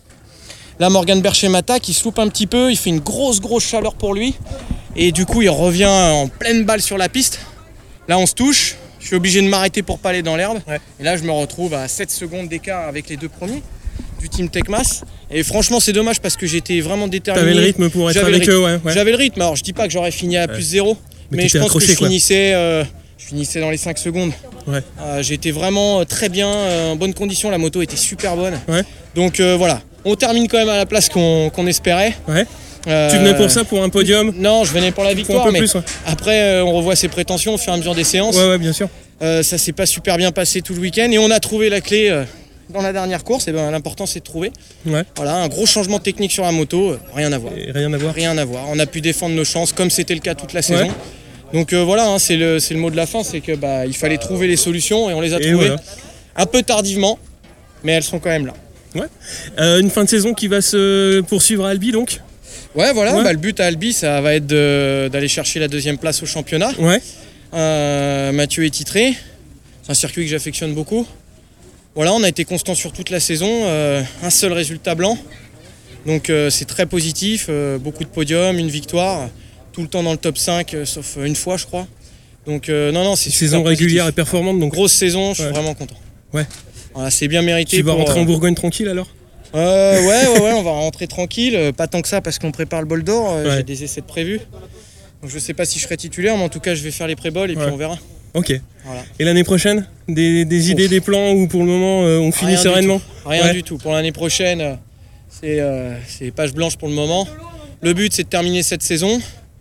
Là, Morgan Bercher m'attaque, il se loupe un petit peu, il fait une grosse grosse chaleur pour lui. Et du coup, il revient en pleine balle sur la piste. Là, on se touche. Je suis obligé de m'arrêter pour pas aller dans l'herbe. Ouais. Et là, je me retrouve à sept secondes d'écart avec les deux premiers du team Tecmas. Et franchement, c'est dommage parce que j'étais vraiment déterminé. T'avais le rythme pour être J'avais avec eux, ouais, ouais. J'avais le rythme. Alors, je dis pas que j'aurais fini à Ouais. plus zéro, Mais mais, je t'étais pense que accroché, je quoi. finissais, euh, je finissais dans les cinq secondes. Ouais. Euh, J'étais vraiment euh, très bien, euh, en bonne condition. La moto était super bonne. Ouais. Donc euh, voilà, on termine quand même à la place qu'on qu'on espérait. Ouais. Euh, Tu venais pour ça, pour un podium? Non, je venais pour la victoire. Pour un peu mais plus, ouais. Après, euh, on revoit ses prétentions au fur et à mesure des séances. Ouais, ouais, bien sûr. Euh, ça s'est pas super bien passé tout le week-end et on a trouvé la clé euh, dans la dernière course. Et ben, l'important, c'est de trouver. Ouais. Voilà, un gros changement technique sur la moto, euh, rien à voir. Et rien à voir. Rien à voir. On a pu défendre nos chances comme c'était le cas toute la saison. Ouais. Donc euh, voilà, hein, c'est le, c'est le mot de la fin, c'est que bah, il fallait trouver les solutions et on les a Et trouvées. voilà. Un peu tardivement, mais elles sont quand même là. Ouais. Euh, une fin de saison qui va se poursuivre à Albi donc. Ouais, voilà, Ouais. bah, le but à Albi, ça va être de- d'aller chercher la deuxième place au championnat. Ouais. Euh, Mathieu est titré. C'est un circuit que j'affectionne beaucoup. Voilà, on a été constant sur toute la saison. euh, un seul résultat blanc. Donc euh, c'est très positif. euh, beaucoup de podiums, une victoire. Tout le temps dans le top cinq, euh, sauf une fois, je crois. Donc euh, non, non, c'est super Saison positif. régulière et performante donc. Grosse saison, je suis Ouais. vraiment content. Ouais. Voilà, c'est bien mérité. Tu vas pour, rentrer euh, en Bourgogne tranquille alors? euh, ouais, ouais, ouais, on va rentrer tranquille. euh, Pas tant que ça parce qu'on prépare le bol d'or. euh, Ouais. J'ai des essais de prévus. Donc je sais pas si je serai titulaire, mais en tout cas, je vais faire les pré-bols et Ouais. puis on verra. Ok. Voilà. Et l'année prochaine, des, des idées, des plans ou pour le moment euh, on finit Rien du sereinement? tout. Rien Ouais. du tout. Pour l'année prochaine, euh, c'est euh, c'est page blanche pour le moment. Le but, c'est de terminer cette saison,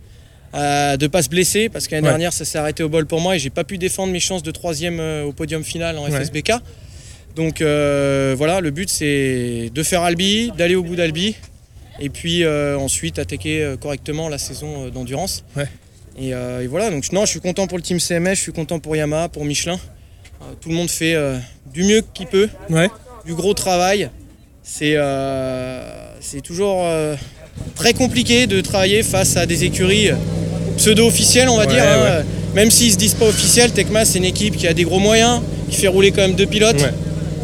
euh, de pas se blesser, parce qu'année Ouais. dernière, ça s'est arrêté au bol pour moi et j'ai pas pu défendre mes chances de troisième euh, au podium final en Ouais. F S B K. Donc euh, voilà, le but, c'est de faire Albi, d'aller au bout d'Albi, et puis euh, ensuite attaquer euh, correctement la saison euh, d'endurance. Ouais. Et, euh, et voilà, donc non, je suis content pour le team C M S, je suis content pour Yamaha, pour Michelin. Euh, tout le monde fait euh, du mieux qu'il peut, Ouais. du gros travail. C'est euh, c'est toujours euh, très compliqué de travailler face à des écuries pseudo-officielles, on va Ouais, dire. hein. ouais. Même s'ils se disent pas officiels, Tecmas, c'est une équipe qui a des gros moyens, qui fait rouler quand même deux pilotes. Ouais.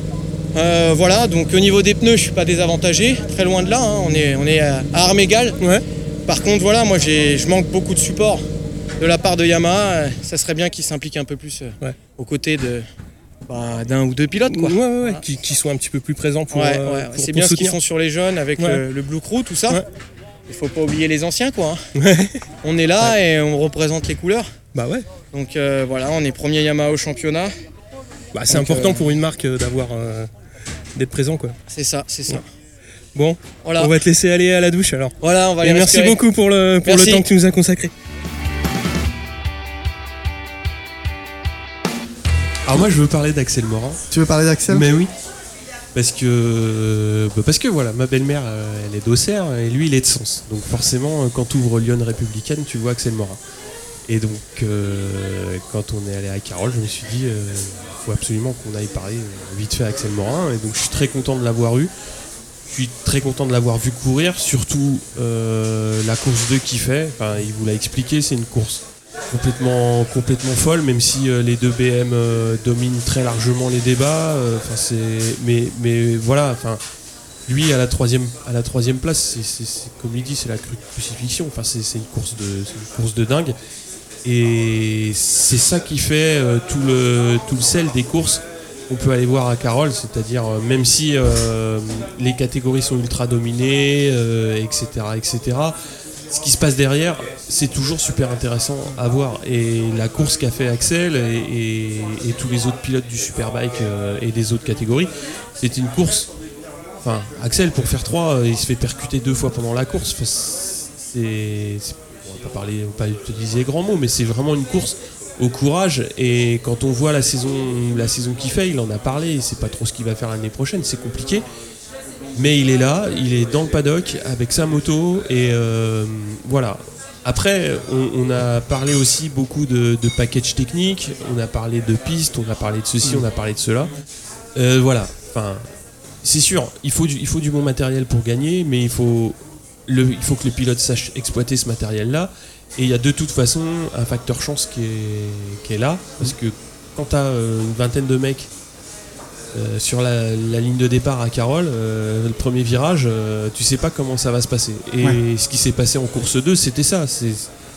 Euh, voilà, donc au niveau des pneus, je suis pas désavantagé, très loin de là, hein. on est, on est à à armes égales. Ouais. Par contre, voilà, moi j'ai- je manque beaucoup de support de la part de Yamaha. Euh, Ça serait bien qu'ils s'impliquent un peu plus euh, Ouais. aux côtés de bah, d'un ou deux pilotes, quoi. Ouais, ouais, ouais. Qui, qui soient un petit peu plus présents pour, Ouais, euh, ouais, pour- c'est pour bien ce qu'ils soutenir. font sur les jeunes avec Ouais. le, le Blue Crew, tout ça. Ouais. Il faut pas oublier les anciens, quoi. hein. Ouais. On est là et on représente les couleurs. Bah ouais. Donc euh, voilà, on est premier Yamaha au championnat. Bah, c'est Donc, important euh, pour une marque euh, d'avoir euh, d'être présent quoi. C'est ça, c'est ça. Ouais. Bon, Voilà. on va te laisser aller à la douche alors. Voilà, on va Et aller merci respirer. beaucoup pour le pour Merci. le temps que tu nous as consacré. Alors moi je veux parler d'Axel Morin. Tu veux parler d'Axel? Mais oui. Parce que, bah parce que voilà, ma belle-mère, euh, elle est d'Auxerre et lui, il est de Sens. Donc forcément, euh, quand tu ouvres Lyon Républicaine, tu vois Axel Morin. Et donc, euh, quand on est allé à Carole, je me suis dit, il faut absolument qu'on aille parler euh, vite fait à Axel Morin. Et donc, je suis très content de l'avoir eu. Je suis très content de l'avoir vu courir, surtout euh, la course deux qu'il fait. Enfin, il vous l'a expliqué, c'est une course complètement, complètement folle, même si euh, les deux B M euh, dominent très largement les débats. euh, Enfin, c'est, mais, mais voilà. Enfin, lui à la troisième, à la troisième place, c'est, c'est, c'est- comme il dit, c'est la cru- crucifixion. Enfin, c'est, c'est une course de, c'est une course de dingue. Et c'est ça qui fait euh, tout le, tout le sel des courses qu'on peut aller voir à Carole, c'est-à-dire euh, même si euh, les catégories sont ultra dominées, euh, et cetera, et cetera. ce qui se passe derrière, c'est toujours super intéressant à voir. Et la course qu'a fait Axel et, et, et tous les autres pilotes du Superbike euh, et des autres catégories, c'était une course. Enfin, Axel, pour faire trois, il se fait percuter deux fois pendant la course. Enfin, c'est, c'est, on va pas parler, on va pas utiliser grands mots, mais c'est vraiment une course au courage. Et quand on voit la saison, la saison qu'il fait, il en a parlé. Il sait pas trop ce qu'il va faire l'année prochaine, c'est compliqué. Mais il est là, il est dans le paddock avec sa moto et euh, voilà. Après, on, on a parlé aussi beaucoup de, de package technique, on a parlé de pistes, on a parlé de ceci, on a parlé de cela. Euh, voilà. Enfin, c'est sûr, il faut du, il faut du bon matériel pour gagner, mais il faut, le, il faut que le pilote sache exploiter ce matériel-là. Et il y a de toute façon un facteur chance qui est, qui est là, parce que quand tu as une vingtaine de mecs Euh, sur la, la ligne de départ à Carole, euh, le premier virage, euh, tu sais pas comment ça va se passer. Et ouais. Ce qui s'est passé en course deux, c'était ça. C'est,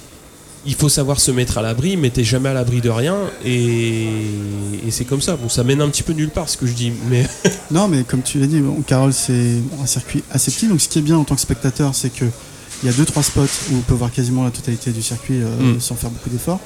il faut savoir se mettre à l'abri, mais t'es jamais à l'abri de rien. Et, et c'est comme ça. Bon, ça mène un petit peu nulle part ce que je dis. Mais non, mais comme tu l'as dit, bon, Carole, c'est un circuit assez petit. Donc ce qui est bien en tant que spectateur, c'est que il y a deux trois spots où on peut voir quasiment la totalité du circuit euh, mm. sans faire beaucoup d'efforts.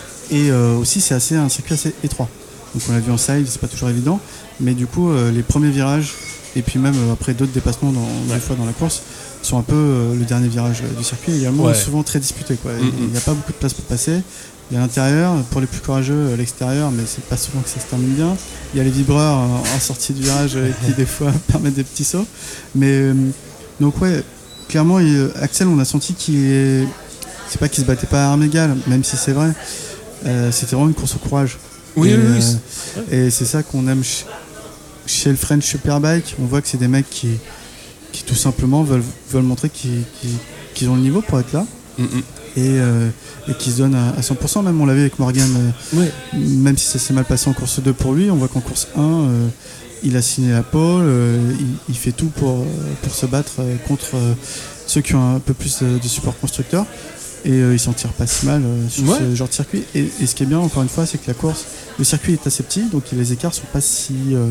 Et euh, aussi, c'est assez un circuit assez étroit. Donc on l'a vu en side, c'est pas toujours évident, mais du coup euh, les premiers virages et puis même euh, après d'autres dépassements dans, ouais. des fois dans la course sont un peu euh, le dernier virage euh, du circuit, également ouais. souvent très disputé quoi. Il mm-hmm. n'y a pas beaucoup de place pour passer. Il y a l'intérieur, pour les plus courageux l'extérieur, mais c'est pas souvent que ça se termine bien. Il y a les vibreurs euh, en sortie de virage euh, qui des fois permettent des petits sauts. Mais euh, donc ouais, clairement il, Axel, on a senti qu'il est, c'est pas qu'il se battait pas à armes égales, même si c'est vrai. Euh, c'était vraiment une course au courage. Oui, et, oui, oui. Euh, et c'est ça qu'on aime ch- chez le French Superbike. On voit que c'est des mecs qui, qui tout simplement veulent, veulent montrer qu'ils, qu'ils, qu'ils ont le niveau pour être là. Mm-hmm. Et, euh, et qui se donnent à, à cent pour cent. Même on l'a vu avec Morgan, euh, ouais. même si ça s'est mal passé en course deux pour lui, on voit qu'en course un, euh, il a signé la pole, euh, il, il fait tout pour, pour se battre euh, contre euh, ceux qui ont un peu plus de, de support constructeur. Et euh, il s'en tire pas si mal euh, sur ouais. ce genre de circuit. Et, et ce qui est bien, encore une fois, c'est que la course, le circuit est assez petit, donc les écarts sont pas si, euh,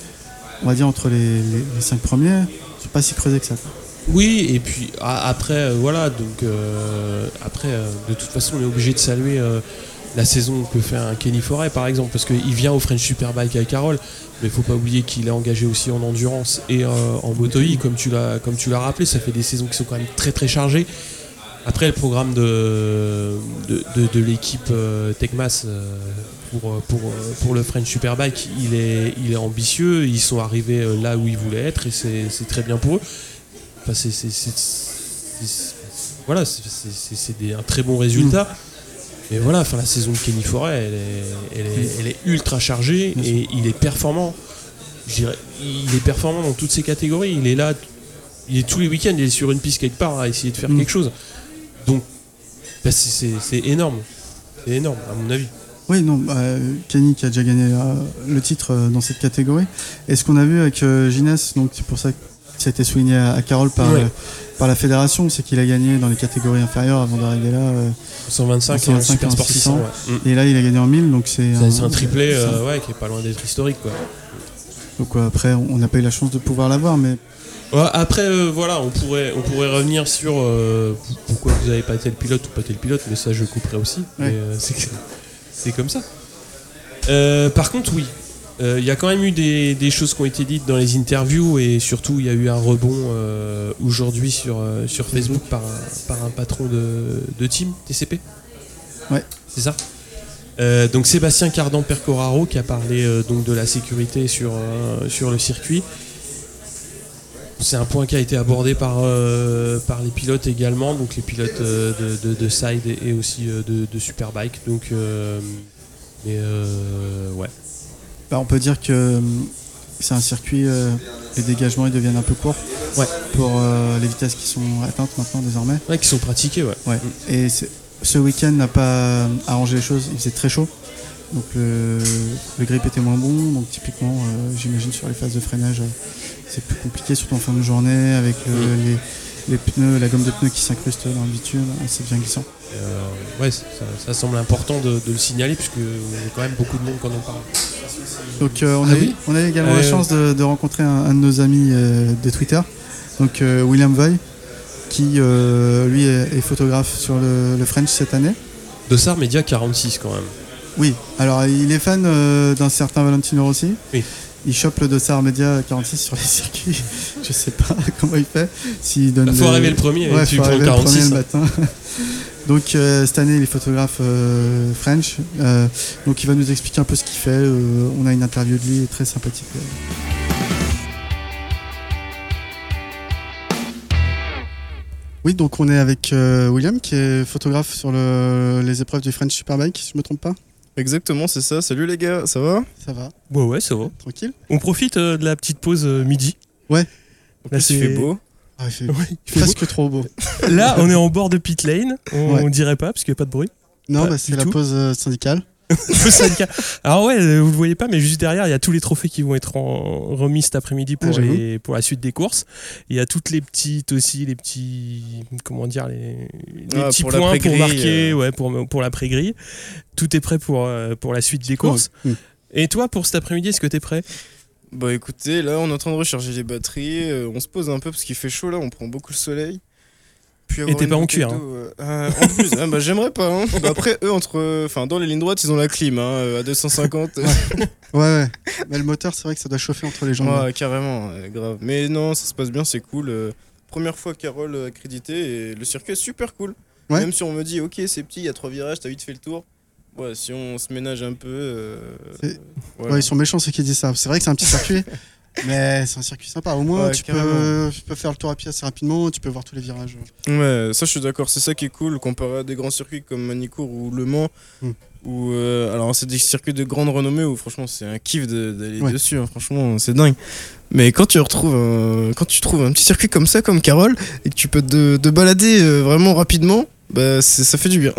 on va dire entre les, les, les cinq premiers, sont pas si creusés que ça. Oui, et puis a, après, euh, voilà, donc euh, après, euh, de toute façon, on est obligé de saluer euh, la saison que fait un Kenny Forêt, par exemple, parce qu'il vient au French Superbike avec Carole, mais il faut pas oublier qu'il est engagé aussi en endurance et euh, en moto-i, comme tu l'as, comme tu l'as rappelé, ça fait des saisons qui sont quand même très très chargées. Après, le programme de, de, de, de l'équipe euh, Tecmas euh, pour, pour, pour le French Superbike, il est, il est ambitieux. Ils sont arrivés là où ils voulaient être et c'est, c'est très bien pour eux. Enfin, c'est, c'est, c'est, c'est, c'est, voilà, c'est, c'est, c'est des, un très bon résultat. Mais voilà, enfin, la saison de Kenny Forêt, elle est, elle est, elle est ultra chargée et il est performant. Je dirais, il est performant dans toutes ses catégories. Il est là, il est tous les week-ends, il est sur une piste quelque part à essayer de faire mmh. quelque chose. Donc, bah c'est, c'est, c'est énorme. C'est énorme, à mon avis. Oui, non, bah, Kenny qui a déjà gagné euh, le titre euh, dans cette catégorie. Et ce qu'on a vu avec euh, Ginès, donc c'est pour ça que ça a été souligné à, à Carole par, ouais. euh, par la fédération, c'est qu'il a gagné dans les catégories inférieures avant d'arriver là. Euh, cent vingt-cinq, cent vingt-cinq et Super Sport six cents. Ouais. Et là, il a gagné en mille, donc c'est, c'est un, c'est un triplé euh, ouais, qui est pas loin d'être historique, quoi. Donc ouais, après, on n'a pas eu la chance de pouvoir l'avoir, mais. Ouais, après, euh, voilà, on pourrait, on pourrait revenir sur euh, pourquoi vous n'avez pas été le pilote ou pas été le pilote, mais ça, je couperai aussi. Ouais. Mais, euh, c'est, c'est comme ça. Euh, par contre, oui, il euh, y a quand même eu des, des choses qui ont été dites dans les interviews et surtout, il y a eu un rebond euh, aujourd'hui sur, euh, sur Facebook par un, par un patron de, de team, T C P. Ouais. C'est ça. Euh, donc Sébastien Cardan-Percoraro qui a parlé euh, donc de la sécurité sur, euh, sur le circuit. C'est un point qui a été abordé par, euh, par les pilotes également, donc les pilotes euh, de, de, de Side et, et aussi euh, de, de Superbike. Donc, euh, mais euh, ouais. Bah, on peut dire que c'est un circuit, euh, les dégagements ils deviennent un peu courts ouais. pour euh, les vitesses qui sont atteintes maintenant désormais. Ouais, qui sont pratiquées, ouais. ouais. Mm. Et c'est, ce week-end n'a pas arrangé les choses, il faisait très chaud. Donc le, le grip était moins bon, donc typiquement euh, j'imagine sur les phases de freinage euh, c'est plus compliqué, surtout en fin de journée avec le, mmh. les, les pneus, la gomme de pneus qui s'incruste dans le bitume, c'est bien glissant. Euh, ouais, ça, ça semble important de, de le signaler puisque il y a quand même beaucoup de monde quand on parle. Donc euh, on, ah a oui on a également euh, la chance de, de rencontrer un, un de nos amis euh, de Twitter, donc euh, William Voy, qui euh, lui est, est photographe sur le, le French cette année. Dossard Media quarante-six quand même. Oui, alors il est fan euh, d'un certain Valentino Rossi. Oui. Il chope le Dossard Media quarante-six sur les circuits. Je sais pas comment il fait. S'il donne bah, faut le... arriver le premier ouais, et tu faut prends le quarante-six le premier quarante-six. le matin. Donc euh, cette année il est photographe euh, French. Euh, donc il va nous expliquer un peu ce qu'il fait. Euh, on a une interview de lui très sympathique. Oui, donc on est avec euh, William qui est photographe sur le, les épreuves du French Superbike, si je me trompe pas. Exactement, c'est ça. Salut les gars, ça va? Ça va. Ouais, ouais, ça va. Tranquille. On profite euh, de la petite pause euh, midi. Ouais. En plus, il fait beau. Ah, il fait, ouais, il fait presque beau. Trop beau. Là, on est en bord de pit lane. On, ouais. on dirait pas parce qu'il n'y a pas de bruit. Non, pas bah, c'est la tout. pause euh, syndicale. Alors ouais, vous le voyez pas, mais juste derrière, il y a tous les trophées qui vont être en... remis cet après-midi pour, ah, les... pour la suite des courses. Il y a toutes les petites aussi, les petits, comment dire, les, les ah, petits pour points pour marquer, euh... ouais, pour pour l'après-grille. Tout est prêt pour euh, pour la suite des courses. Mmh. Et toi, pour cet après-midi, est-ce que t'es prêt? Bah écoutez, là, on est en train de recharger les batteries. Euh, on se pose un peu parce qu'il fait chaud là, on prend beaucoup le soleil. Puis et t'es pas en cuir. Hein. Euh, en plus, hein, bah, j'aimerais pas. Hein. Bah, après, eux, entre, enfin, dans les lignes droites, ils ont la clim hein, à deux cent cinquante. ouais, ouais. Mais le moteur, c'est vrai que ça doit chauffer entre les jambes. Ouais, carrément, ouais, grave. Mais non, ça se passe bien, c'est cool. Euh, première fois Carole accrédité et le circuit est super cool. Ouais. Même si on me dit, ok, c'est petit, il y a trois virages, t'as vite fait le tour. Ouais, si on se ménage un peu. Euh, voilà. Ouais, ils sont méchants ceux qui disent ça. C'est vrai que c'est un petit circuit. Mais c'est un circuit sympa, au moins ouais, tu, peux, tu peux faire le tour à pied assez rapidement, tu peux voir tous les virages. Ouais, ça je suis d'accord, c'est ça qui est cool comparé à des grands circuits comme Manicourt ou Le Mans. Mm. Où, euh, alors c'est des circuits de grande renommée où franchement c'est un kiff d'aller ouais. dessus, hein, franchement c'est dingue. Mais quand tu retrouves un, quand tu trouves un petit circuit comme ça, comme Carole, et que tu peux te, te balader euh, vraiment rapidement, bah, ça fait du bien.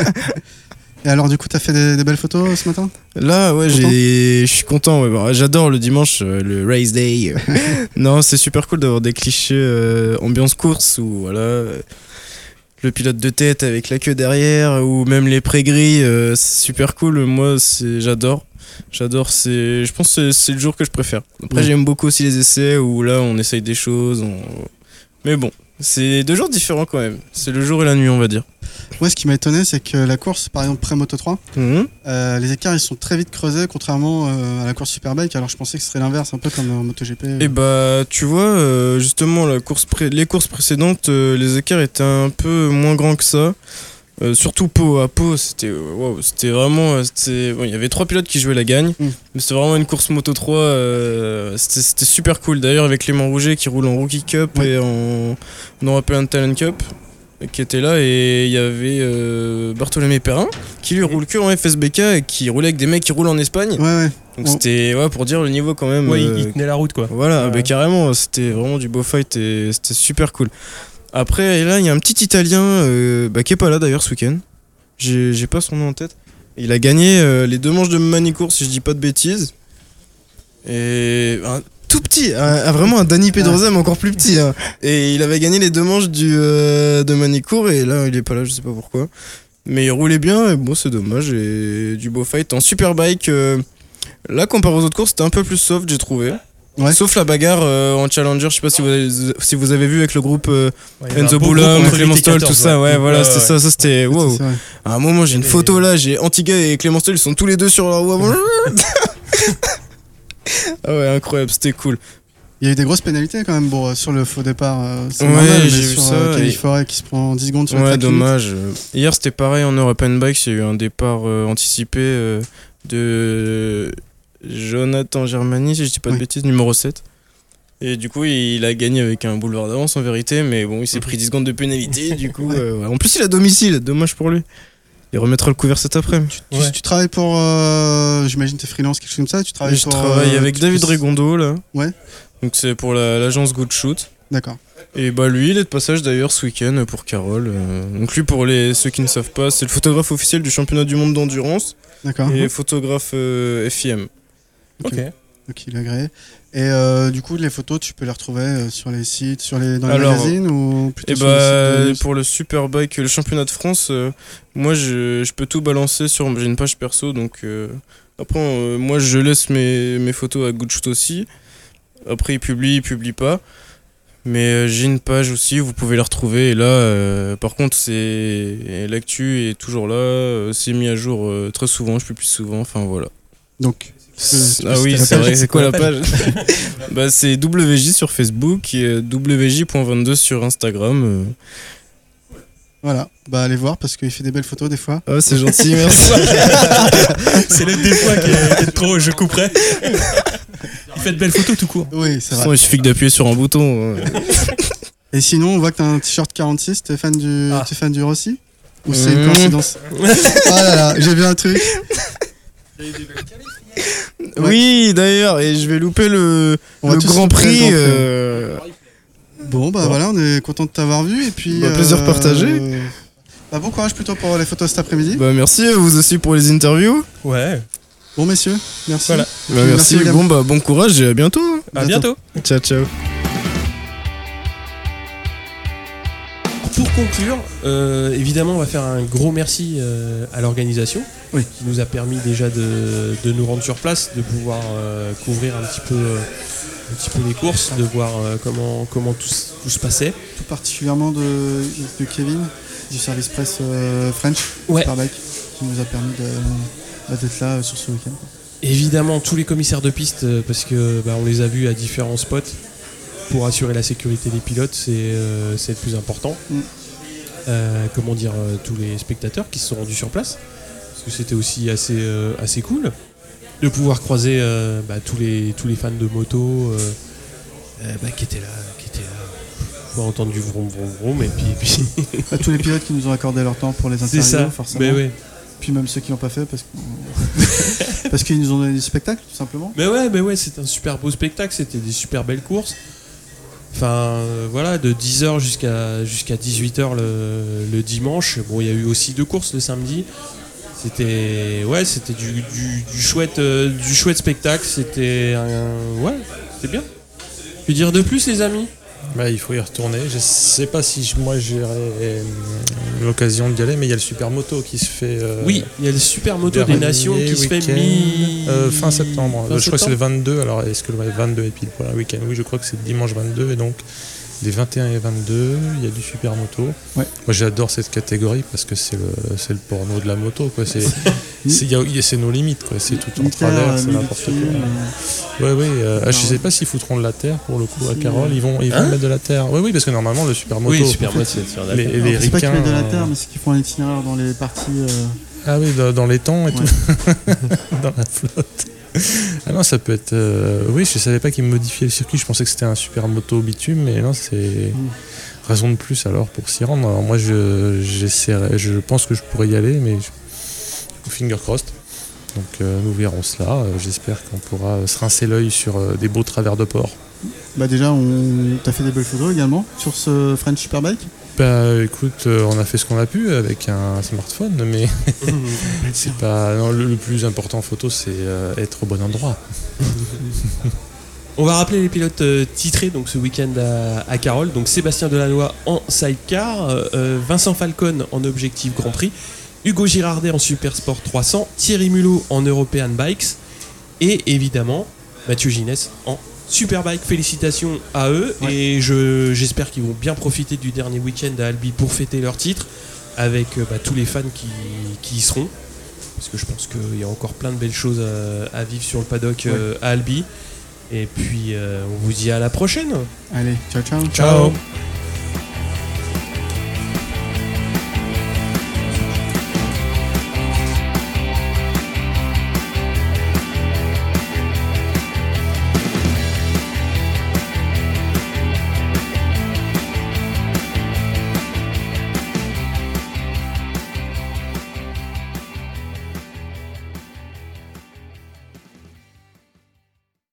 Et alors du coup t'as fait des, des belles photos ce matin? Là ouais, je suis content, ouais. Bah, j'adore le dimanche, euh, le race day. Non, c'est super cool d'avoir des clichés euh, ambiance course où voilà, euh, le pilote de tête avec la queue derrière ou même les pré-grilles, euh, c'est super cool. Moi j'adore, j'adore, c'est, je pense que c'est le jour que je préfère. Après ouais. J'aime beaucoup aussi les essais où là on essaye des choses, on... mais bon. C'est deux jours différents quand même, c'est le jour et la nuit on va dire. Ouais, ce qui m'a étonné c'est que la course par exemple pré-Moto trois, mmh. euh, les écarts ils sont très vite creusés contrairement euh, à la course Superbike, alors je pensais que ce serait l'inverse un peu comme en MotoGP. Euh. Et bah tu vois, euh, justement la course pré- les courses précédentes, euh, les écarts étaient un peu moins grands que ça. Euh, surtout Pau, à Pau, c'était wow, c'était vraiment, c'était, bon, il y avait trois pilotes qui jouaient la gagne, mm. mais c'était vraiment une course Moto trois, euh, c'était, c'était super cool. D'ailleurs avec Clément Rouget qui roule en Rookie Cup ouais. et en, en European Talent Cup, qui était là, et il y avait euh, Bartholomé Perrin qui lui roule que en F S B K et qui roulait avec des mecs qui roulent en Espagne. Ouais, ouais. Donc oh. c'était ouais, pour dire le niveau quand même. Ouais, euh, il tenait la route quoi. Voilà, ouais. bah, carrément, c'était vraiment du beau fight et c'était super cool. Après, là, il y a un petit Italien euh, bah, qui est pas là d'ailleurs ce week-end. J'ai, j'ai pas son nom en tête. Il a gagné euh, les deux manches de Manicourt, si je dis pas de bêtises. Et un tout petit, un, un, vraiment un Dani Pedrosa, mais encore plus petit. Hein. Et il avait gagné les deux manches du, euh, de Manicourt, et là, il est pas là, je sais pas pourquoi. Mais il roulait bien, et bon, c'est dommage. Et du beau fight en Superbike. Euh, là, comparé aux autres courses, c'était un peu plus soft, j'ai trouvé. Ouais. Sauf la bagarre euh, en Challenger, je sais pas si vous avez, si vous avez vu avec le groupe euh, ouais, Enzo Boulom, Clément Stoll, tout ça, ouais, ouais voilà, ouais, c'était ouais. ça, ça c'était wow. À un moment, j'ai une photo là, j'ai Antigua et Clément Stoll, ils sont tous les deux sur leur roue avant. Ah ouais, incroyable, c'était cool. Il y a eu des grosses pénalités quand même bon, sur le faux départ. Euh, c'est ouais, normal, j'ai mais vu sur, ça. Euh, Kelly Forêt qui se prend dix secondes sur ouais, le track. Ouais, dommage. Hier, c'était pareil en European Bike, il y a eu un départ euh, anticipé euh, de Jonathan Germani, si je dis pas de ouais. bêtises, numéro sept. Et du coup, il a gagné avec un boulevard d'avance en vérité, mais bon, il s'est pris dix secondes de pénalité. Du coup, euh, ouais. En plus, il a domicile, dommage pour lui. Il remettra le couvert cet après-midi. Tu, ouais. tu travailles pour. Euh, j'imagine t'es freelance, quelque chose comme ça. Tu travailles Je pour, travaille euh, avec David Regondo là. Ouais. Donc c'est pour la, l'agence Good Shoot. D'accord. Et bah lui, il est de passage d'ailleurs ce week-end pour Carole. Euh, donc lui, pour les ceux qui ne savent pas, c'est le photographe officiel du championnat du monde d'endurance. D'accord. Et mmh. photographe euh, F I M. Ok. okay. Donc il est agréé. Et euh, du coup, les photos, tu peux les retrouver euh, sur les sites, sur les, dans les Alors, magazines ou plutôt et sur bah, les sites de... Pour le Superbike, le championnat de France, euh, moi je, je peux tout balancer sur. J'ai une page perso, donc euh, après, euh, moi je laisse mes, mes photos à Good Shoot aussi. Après, ils publient, ils publient pas. Mais euh, j'ai une page aussi, vous pouvez la retrouver. Et là, euh, par contre, c'est l'actu est toujours là. euh, C'est mis à jour euh, très souvent, je publie souvent. Enfin voilà. Donc. C'est- euh, ah oui, la c'est page, vrai. C'est quoi la page? Bah c'est W J sur Facebook et euh, W J point vingt-deux sur Instagram. euh. Voilà, bah allez voir parce qu'il fait des belles photos des fois. Oh, c'est gentil, merci. C'est le des fois qui est, qui est trop, je couperai. Il fait de belles photos tout court. Oui, De c'est toute façon, vrai. il suffit que d'appuyer sur un bouton. euh. Et sinon, on voit que t'as un t-shirt quarante-six, t'es fan du, Ah. t'es fan du Rossi? Ou c'est une Mmh. coïncidence? Ah là là, j'ai vu un truc. Oui, d'ailleurs, et je vais louper le, On va le tous Grand louper le Prix. Grand Prix. euh, Bon, bah Bon. voilà, on est content de t'avoir vu et puis. Bah, plaisir partagé. Bah, bon courage plutôt pour les photos cet après-midi. Bah merci à vous aussi pour les interviews. Ouais. Bon messieurs, merci. Voilà. Et Bah, puis, merci, William. bon bah bon courage et à bientôt. hein. À bientôt. Ciao ciao. Pour conclure, euh, évidemment, on va faire un gros merci euh, à l'organisation Oui. qui nous a permis déjà de, de nous rendre sur place, de pouvoir euh, couvrir un petit peu, euh, un petit peu les courses, de voir euh, comment, comment tout, s- tout se passait. Tout particulièrement de, de Kevin, du service presse euh, French, Ouais. Superbike, qui nous a permis de, bah, d'être là euh, sur ce week-end. Évidemment, tous les commissaires de piste, euh, parce que bah, on les a vus à différents spots pour assurer la sécurité des pilotes, c'est euh, c'est le plus important. Mm. Euh, comment dire, euh, tous les spectateurs qui se sont rendus sur place, parce que c'était aussi assez, euh, assez cool de pouvoir croiser euh, bah, tous, les, tous les fans de moto euh, euh, bah, qui étaient là, qui étaient là. Faut entendre du vroom vroom vroom et puis, et puis Bah, tous les pilotes qui nous ont accordé leur temps pour les c'est interviews, ça. forcément. Mais ouais. Puis même ceux qui l'ont pas fait parce, que- parce qu'ils nous ont donné du spectacle, tout simplement. Mais ouais, mais ouais, c'était un super beau spectacle, c'était des super belles courses. Enfin, euh, voilà, de dix heures jusqu'à jusqu'à dix-huit heures le, le dimanche. Bon, il y a eu aussi deux courses le samedi. C'était ouais, c'était du, du, du chouette euh, du chouette spectacle, c'était un ouais, c'était bien. Que dire de plus les amis? Bah, il faut y retourner. Je sais pas si je- moi j'aurai euh, l'occasion d'y aller, mais il y a le Super Moto qui se fait. euh, Oui, il y a le Super Moto des dernier Nations qui se fait week-end, mi euh, fin septembre. Fin je crois que c'est le septembre vingt-deux. Alors est-ce que le vingt-deux est pile pour un week-end? Oui, je crois que c'est le dimanche vingt-deux et donc les vingt et un et vingt-deux, il y a du Super Moto. Ouais. Moi j'adore cette catégorie parce que c'est le, c'est le porno de la moto. Quoi. C'est, c'est, il y a- il y a- c'est nos limites. Quoi. C'est tout en Militaire, travers, euh, c'est n'importe quoi. militaire, Ouais, ouais. euh, Non. je sais pas s'ils foutront de la terre pour le coup à Si, Carole. euh, Ils vont, ils vont hein mettre de la terre. Oui, oui, parce que normalement le Super Moto. Oui, le Super Moto, c'est de faire de la les, terre. les Alors, c'est pas qu'ils ricains, mettent de la euh, terre, mais c'est qu'ils font un itinéraire dans les parties. euh, Ah oui, dans, dans les temps et Ouais. tout. Dans la flotte. Ah non, ça peut être. euh, Oui, je savais pas qu'ils modifiaient le circuit. Je pensais que c'était un Super Moto bitume, mais non, c'est raison de plus alors pour s'y rendre. Alors moi, je, j'essaierai, je pense que je pourrais y aller, mais je- finger crossed. Donc euh, nous verrons cela. Euh, J'espère qu'on pourra se rincer l'œil sur euh, des beaux travers de port. Bah déjà, on t'as fait des belles photos également sur ce French Superbike. Bah écoute, euh, on a fait ce qu'on a pu avec un smartphone, mais c'est pas non, le, le plus important en photo, c'est euh, être au bon endroit. On va rappeler les pilotes euh, titrés donc ce week-end à, à Carole. Donc Sébastien Delannoy en sidecar, euh, euh, Vincent Falcon en objectif Grand Prix, Hugo Girardet en Super Sport trois cents, Thierry Mulot en European Bikes et évidemment Mathieu Ginès en Superbike. Félicitations à eux et je, j'espère qu'ils vont bien profiter du dernier week-end à Albi pour fêter leur titre avec euh, bah, tous les fans qui, qui y seront. Parce que je pense qu'il y a encore plein de belles choses à, à vivre sur le paddock euh, à Albi. Et puis euh, on vous dit à la prochaine. Allez, ciao ciao. Ciao.